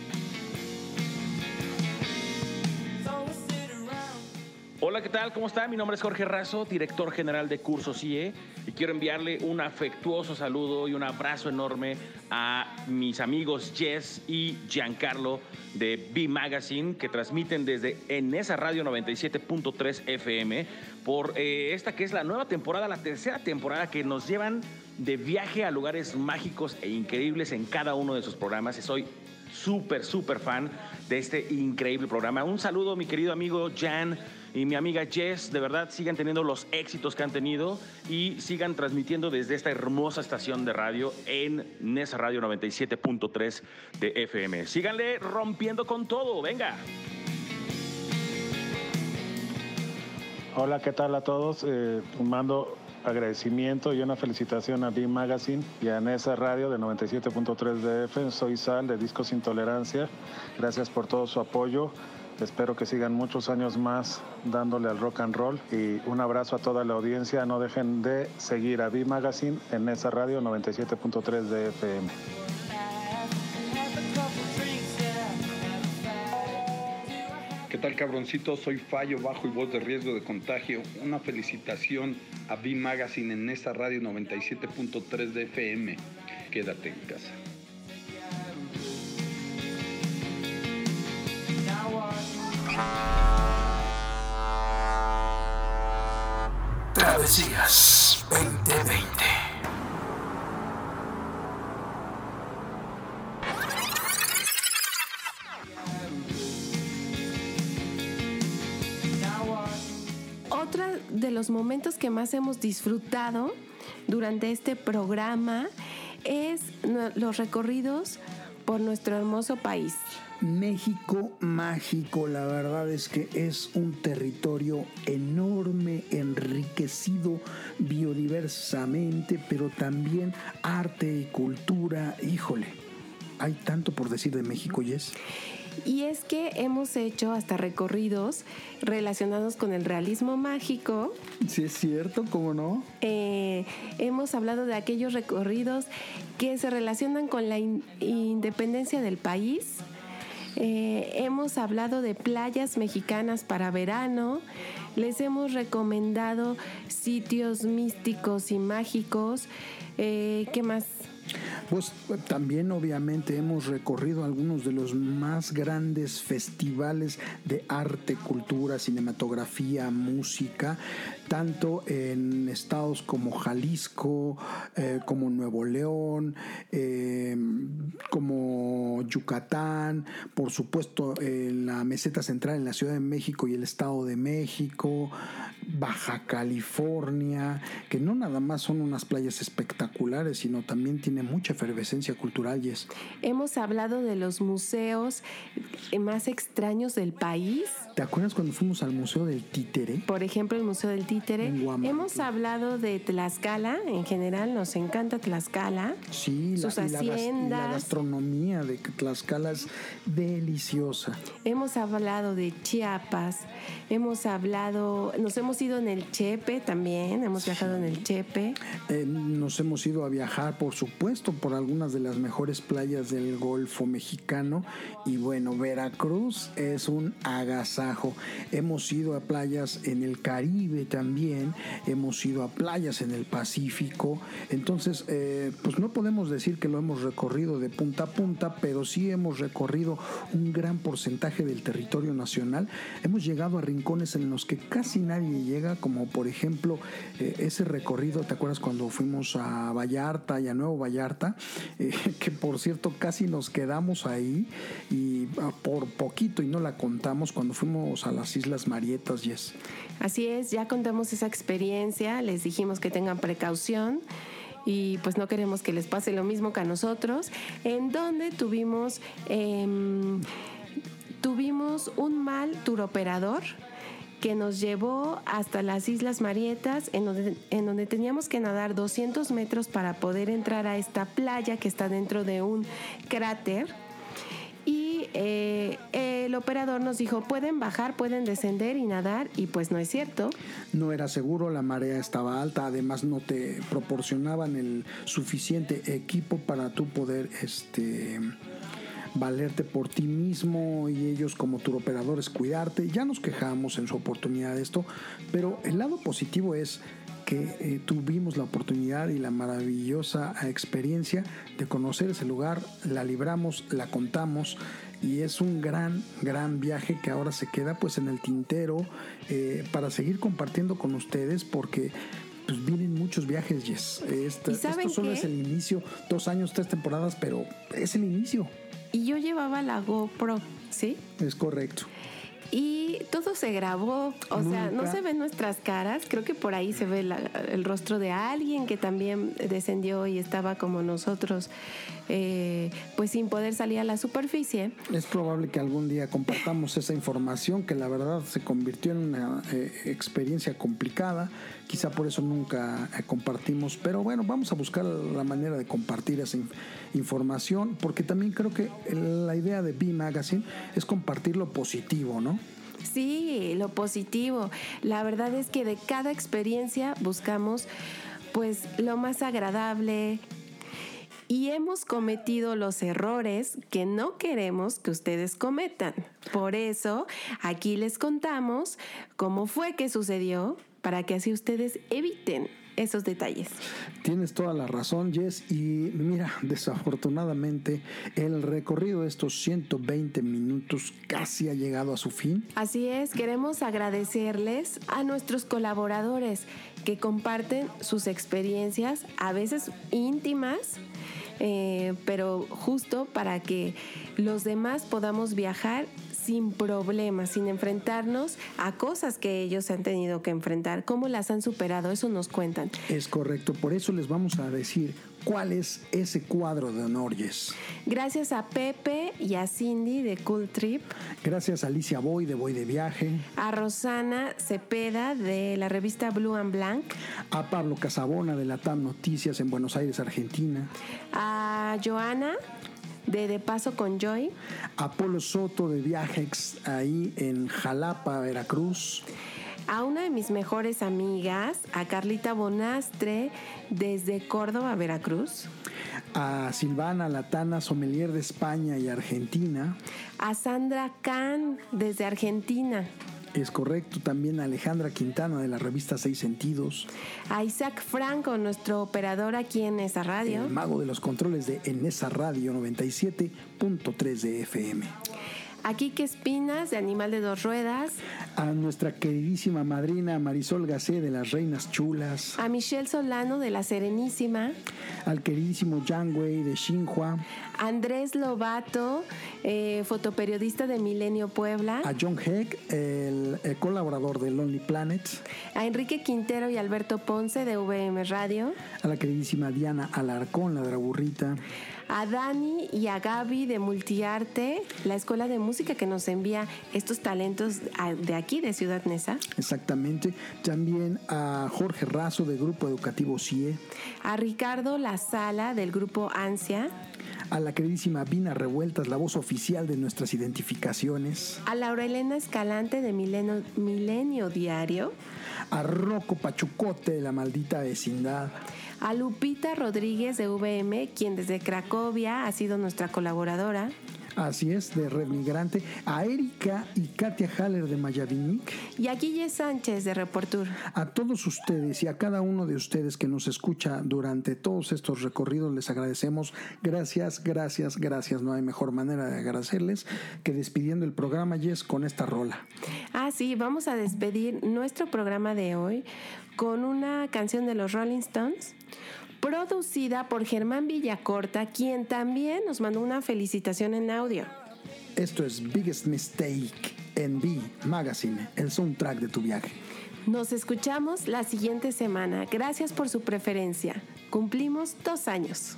Hola, ¿qué tal? ¿Cómo está? Mi nombre es Jorge Razo, director general de Cursos I E, y quiero enviarle un afectuoso saludo y un abrazo enorme a mis amigos Jess y Giancarlo de V Magazine, que transmiten desde Nesa Radio noventa y siete punto tres F M por eh, esta que es la nueva temporada, la tercera temporada, que nos llevan de viaje a lugares mágicos e increíbles en cada uno de sus programas. Y soy súper, súper fan de este increíble programa. Un saludo, mi querido amigo Jan y mi amiga Jess. De verdad, sigan teniendo los éxitos que han tenido y sigan transmitiendo desde esta hermosa estación de radio en Nesa Radio noventa y siete punto tres de F M. Síganle rompiendo con todo. ¡Venga! Hola, ¿qué tal a todos? Eh, mando agradecimiento y una felicitación a V Magazine y a Nesa Radio de noventa y siete punto tres de F M. Soy Sal de Discos Intolerancia. Gracias por todo su apoyo. Espero que sigan muchos años más dándole al rock and roll, y un abrazo a toda la audiencia. No dejen de seguir a V Magazine en Nesa Radio noventa y siete punto tres de F M. ¿Qué tal, cabroncito? Soy fallo, bajo y voz de riesgo de contagio. Una felicitación a V Magazine en esa radio noventa y siete punto tres de F M. Quédate en casa. Travesías veinte veinte. Otro de los momentos que más hemos disfrutado durante este programa es los recorridos por nuestro hermoso país. México mágico, la verdad es que es un territorio enorme, enriquecido biodiversamente, pero también arte y cultura. Híjole, hay tanto por decir de México, Jess. Y es que hemos hecho hasta recorridos relacionados con el realismo mágico. Sí, es cierto, ¿cómo no? Eh, hemos hablado de aquellos recorridos que se relacionan con la in- independencia del país. Eh, hemos hablado de playas mexicanas para verano. Les hemos recomendado sitios místicos y mágicos. Eh, ¿Qué más? Pues también obviamente hemos recorrido algunos de los más grandes festivales de arte, cultura, cinematografía, música, tanto en estados como Jalisco, eh, como Nuevo León, eh, como Yucatán, por supuesto en la meseta central en la Ciudad de México y el Estado de México, Baja California, que no nada más son unas playas espectaculares, sino también tiene mucha efervescencia cultural. Yes. Hemos hablado de los museos más extraños del país. ¿Te acuerdas cuando fuimos al Museo del Títere? Por ejemplo, el Museo del Títere. Hemos hablado de Tlaxcala, en general nos encanta Tlaxcala. Sí, sus la, haciendas. Y la, y la gastronomía de Tlaxcala es deliciosa. Hemos hablado de Chiapas, hemos hablado, nos hemos ido en el Chepe también, hemos viajado sí. en el Chepe. Eh, nos hemos ido a viajar, por supuesto, por algunas de las mejores playas del Golfo mexicano. Y bueno, Veracruz es un agasajo. Hemos ido a playas en el Caribe también, hemos ido a playas en el Pacífico. Entonces, eh, pues no podemos decir que lo hemos recorrido de punta a punta, pero sí hemos recorrido un gran porcentaje del territorio nacional. Hemos llegado a rincones en los que casi nadie llega, como por ejemplo eh, ese recorrido, ¿te acuerdas cuando fuimos a Vallarta y a Nuevo Vallarta? Eh, que por cierto casi nos quedamos ahí y ah, por poquito y no la contamos cuando fuimos a las Islas Marietas, Yes. Así es, ya contamos esa experiencia, les dijimos que tengan precaución y pues no queremos que les pase lo mismo que a nosotros, en donde tuvimos eh, tuvimos un mal turoperador que nos llevó hasta las Islas Marietas, en donde, en donde teníamos que nadar doscientos metros para poder entrar a esta playa que está dentro de un cráter. Y eh, el operador nos dijo, pueden bajar, pueden descender y nadar, y pues no es cierto. No era seguro, la marea estaba alta, además no te proporcionaban el suficiente equipo para tú poder este valerte por ti mismo y ellos como turoperadores cuidarte. Ya nos quejamos en su oportunidad de esto, pero el lado positivo es que eh, tuvimos la oportunidad y la maravillosa experiencia de conocer ese lugar, la libramos, la contamos y es un gran, gran viaje que ahora se queda pues en el tintero eh, para seguir compartiendo con ustedes porque pues vienen muchos viajes, Yes. Este, esto solo qué? es el inicio, dos años, tres temporadas, pero es el inicio. Y yo llevaba la GoPro, ¿sí? Es correcto. Y todo se grabó, o Nunca. sea, no se ven nuestras caras, creo que por ahí se ve la, el rostro de alguien que también descendió y estaba como nosotros, eh, pues sin poder salir a la superficie. Es probable que algún día compartamos esa información que la verdad se convirtió en una eh, experiencia complicada, quizá por eso nunca eh, compartimos, pero bueno, vamos a buscar la manera de compartir esa in- información, porque también creo que la idea de V Magazine es compartir lo positivo, ¿no? Sí, lo positivo. La verdad es que de cada experiencia buscamos pues lo más agradable. y hemos cometido los errores que no queremos que ustedes cometan. Por eso, aquí les contamos cómo fue que sucedió para que así ustedes eviten esos detalles. Tienes toda la razón, Jess, y mira, desafortunadamente el recorrido de estos ciento veinte minutos casi ha llegado a su fin. Así es, queremos agradecerles a nuestros colaboradores que comparten sus experiencias, a veces íntimas, eh, pero justo para que los demás podamos viajar sin problemas, sin enfrentarnos a cosas que ellos han tenido que enfrentar. ¿Cómo las han superado? Eso nos cuentan. Es correcto, por eso les vamos a decir cuál es ese cuadro de honor, Jess. Gracias a Pepe y a Cindy de Cool Trip. Gracias a Alicia Boy de Boy de Viaje. A Rosana Cepeda de la revista Blue and Blanc. A Pablo Casabona de la T A M Noticias en Buenos Aires, Argentina. A Joana de De Paso con Joy. A Polo Soto de Viajex ahí en Jalapa, Veracruz. A una de mis mejores amigas, a Carlita Bonastre desde Córdoba, Veracruz. A Silvana Latana, sommelier de España y Argentina. A Sandra Can desde Argentina. Es correcto, también a Alejandra Quintana de la revista Seis Sentidos. A Isaac Franco, nuestro operador aquí en esa radio. El mago de los controles de En esa radio noventa y siete punto tres de F M. A Quique Espinas de Animal de Dos Ruedas. A nuestra queridísima madrina Marisol Gacé de Las Reinas Chulas. A Michelle Solano de La Serenísima. Al queridísimo Yang Wei de Xinhua. Andrés Lobato, eh, fotoperiodista de Milenio Puebla. A John Heck, el, el colaborador de Lonely Planet. A Enrique Quintero y Alberto Ponce de V M Radio. A la queridísima Diana Alarcón, la de la burrita. A Dani y a Gaby de Multiarte, la escuela de música que nos envía estos talentos de aquí, de Ciudad Neza. Exactamente. También a Jorge Razo del Grupo Educativo C I E. A Ricardo La Sala del Grupo Ansia. A la queridísima Vina Revueltas, la voz oficial de nuestras identificaciones. A Laura Elena Escalante de Milenio, Milenio Diario. A Rocco Pachucote de La Maldita Vecindad. A Lupita Rodríguez de V M, quien desde Cracovia ha sido nuestra colaboradora. Así es, de Red Migrante. A Erika y Katia Haller de Mayavinic. Y a Guille Sánchez de Reportur. A todos ustedes y a cada uno de ustedes que nos escucha durante todos estos recorridos les agradecemos. Gracias, gracias, gracias. No hay mejor manera de agradecerles que despidiendo el programa, Jess, con esta rola. Ah, sí, vamos a despedir nuestro programa de hoy con una canción de los Rolling Stones, producida por Germán Villacorta, quien también nos mandó una felicitación en audio. Esto es Biggest Mistake en V Magazine, el soundtrack de tu viaje. Nos escuchamos la siguiente semana. Gracias por su preferencia. Cumplimos dos años.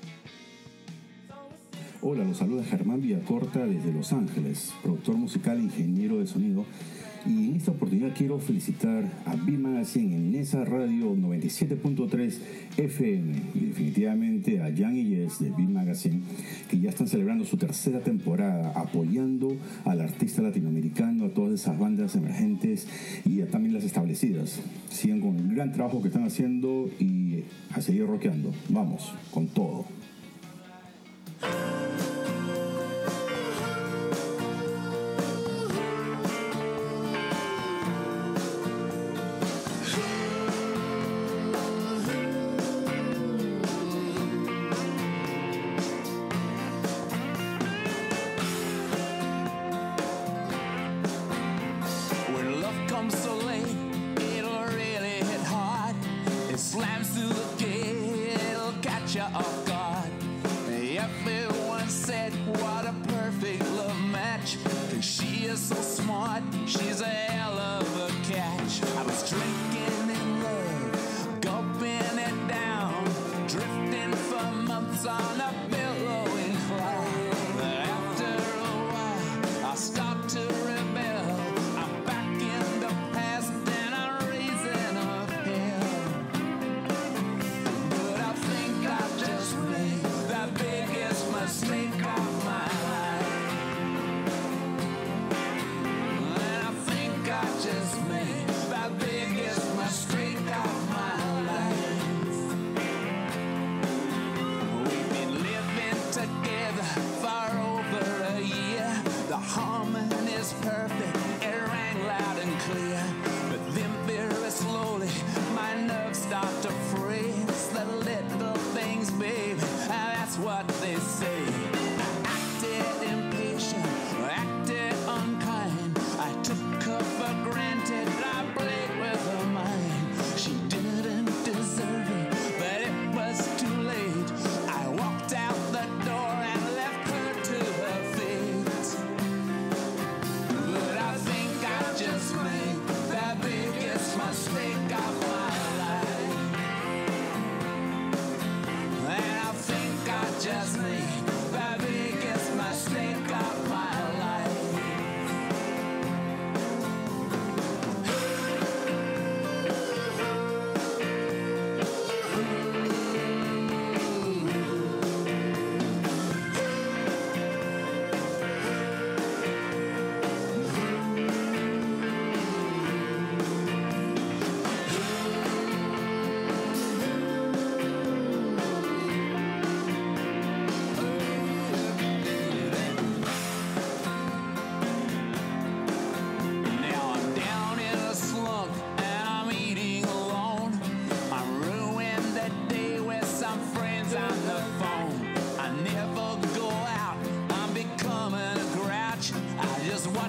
Hola, los saluda Germán Villacorta desde Los Ángeles, productor musical e ingeniero de sonido. Y en esta oportunidad quiero felicitar a V Magazine en esa radio noventa y siete punto tres F M y definitivamente a Jan y Jess de V Magazine, que ya están celebrando su tercera temporada apoyando al artista latinoamericano, a todas esas bandas emergentes y a también las establecidas. Sigan con el gran trabajo que están haciendo y a seguir rockeando. Vamos, con todo. Think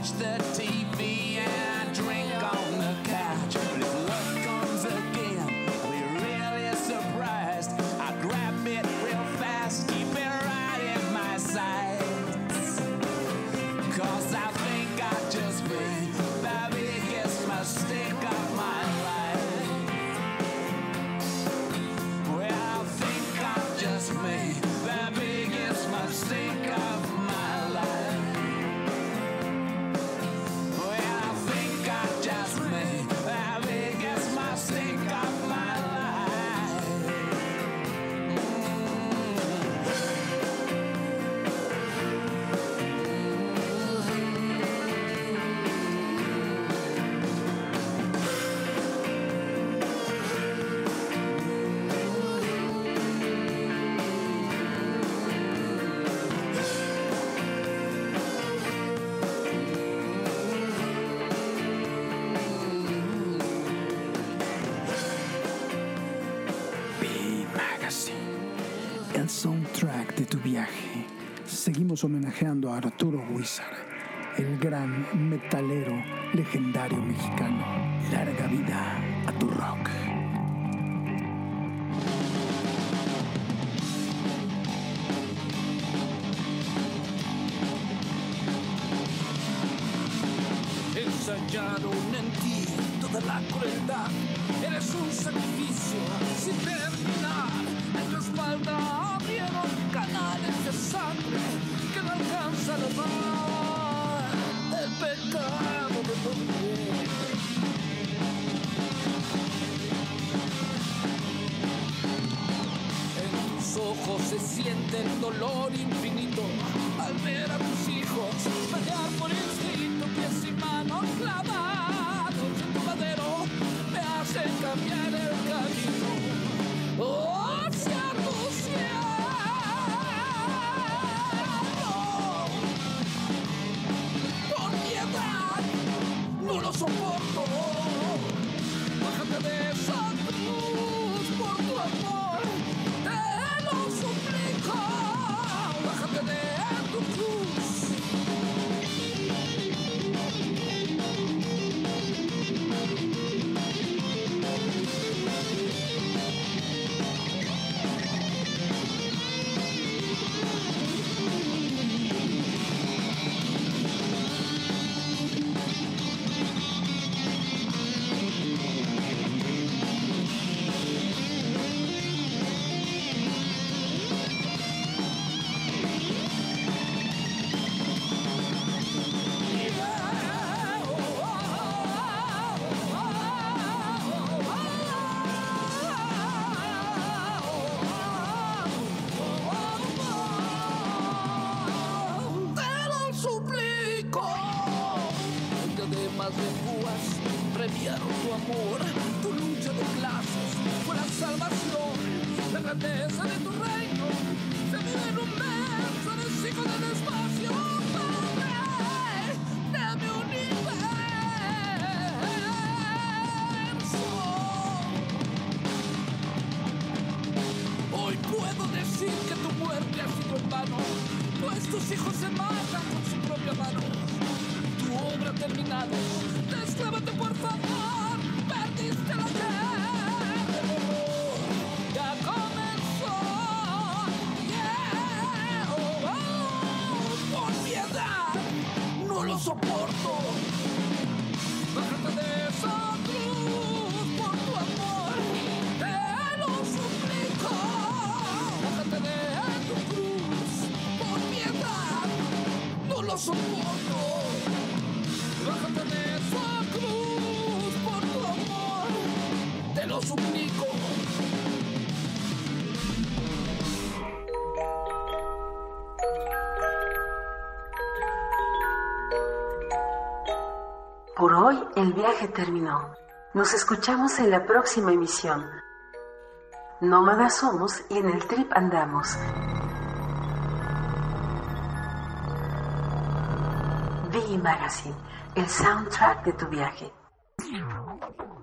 watch the T V and drink on the couch. But if love comes again, I'll be really surprised. I grab it real fast, keep it right in my sights. Cause I think I just made the biggest mistake of my life. Well, I think I just made the biggest mistake of my life. Well, I think I just made the biggest mistake of my life. El soundtrack de tu viaje. Seguimos homenajeando a Arturo Huizar, el gran metalero legendario mexicano. Larga vida a tu rock. Ensayaron en ti toda la crueldad. Eres un sacrificio sin terminar. En tu espalda abrieron canales de sangre que no alcanza a lavar el pecado de tu piel. En tus ojos se siente el dolor infinito al ver a tus hijos pelear por instinto, pies y manos clavados en tu madero me hacen cambiar el camino. Oh, cierto, cierto. Por piedad, no lo soporto. Bájate de esa cruz por tu amor. Te lo suplico. Bájate de tu cruz. Premiaron tu amor, tu lucha de clases fue la salvación, la grandeza de tu reino se vive en un verso de hijos del espacio, Padre de mi universo. Hoy puedo decir que tu muerte ha sido en vano, pues tus hijos se matan con su propia mano. Tu obra ha terminado. Deslávate, por favor. Perdiste la guerra. Ya comenzó. Yeah. Oh, oh. Por piedad, no lo soporto. Bájate de esa cruz por tu amor. Te lo suplico. Bájate de tu cruz por piedad, no lo soporto. Bájate de esa cruz por tu amor, te lo suplico. Por hoy el viaje terminó. Nos escuchamos en la próxima emisión. Nómadas somos y en el trip andamos. V Magazine, el soundtrack de tu viaje.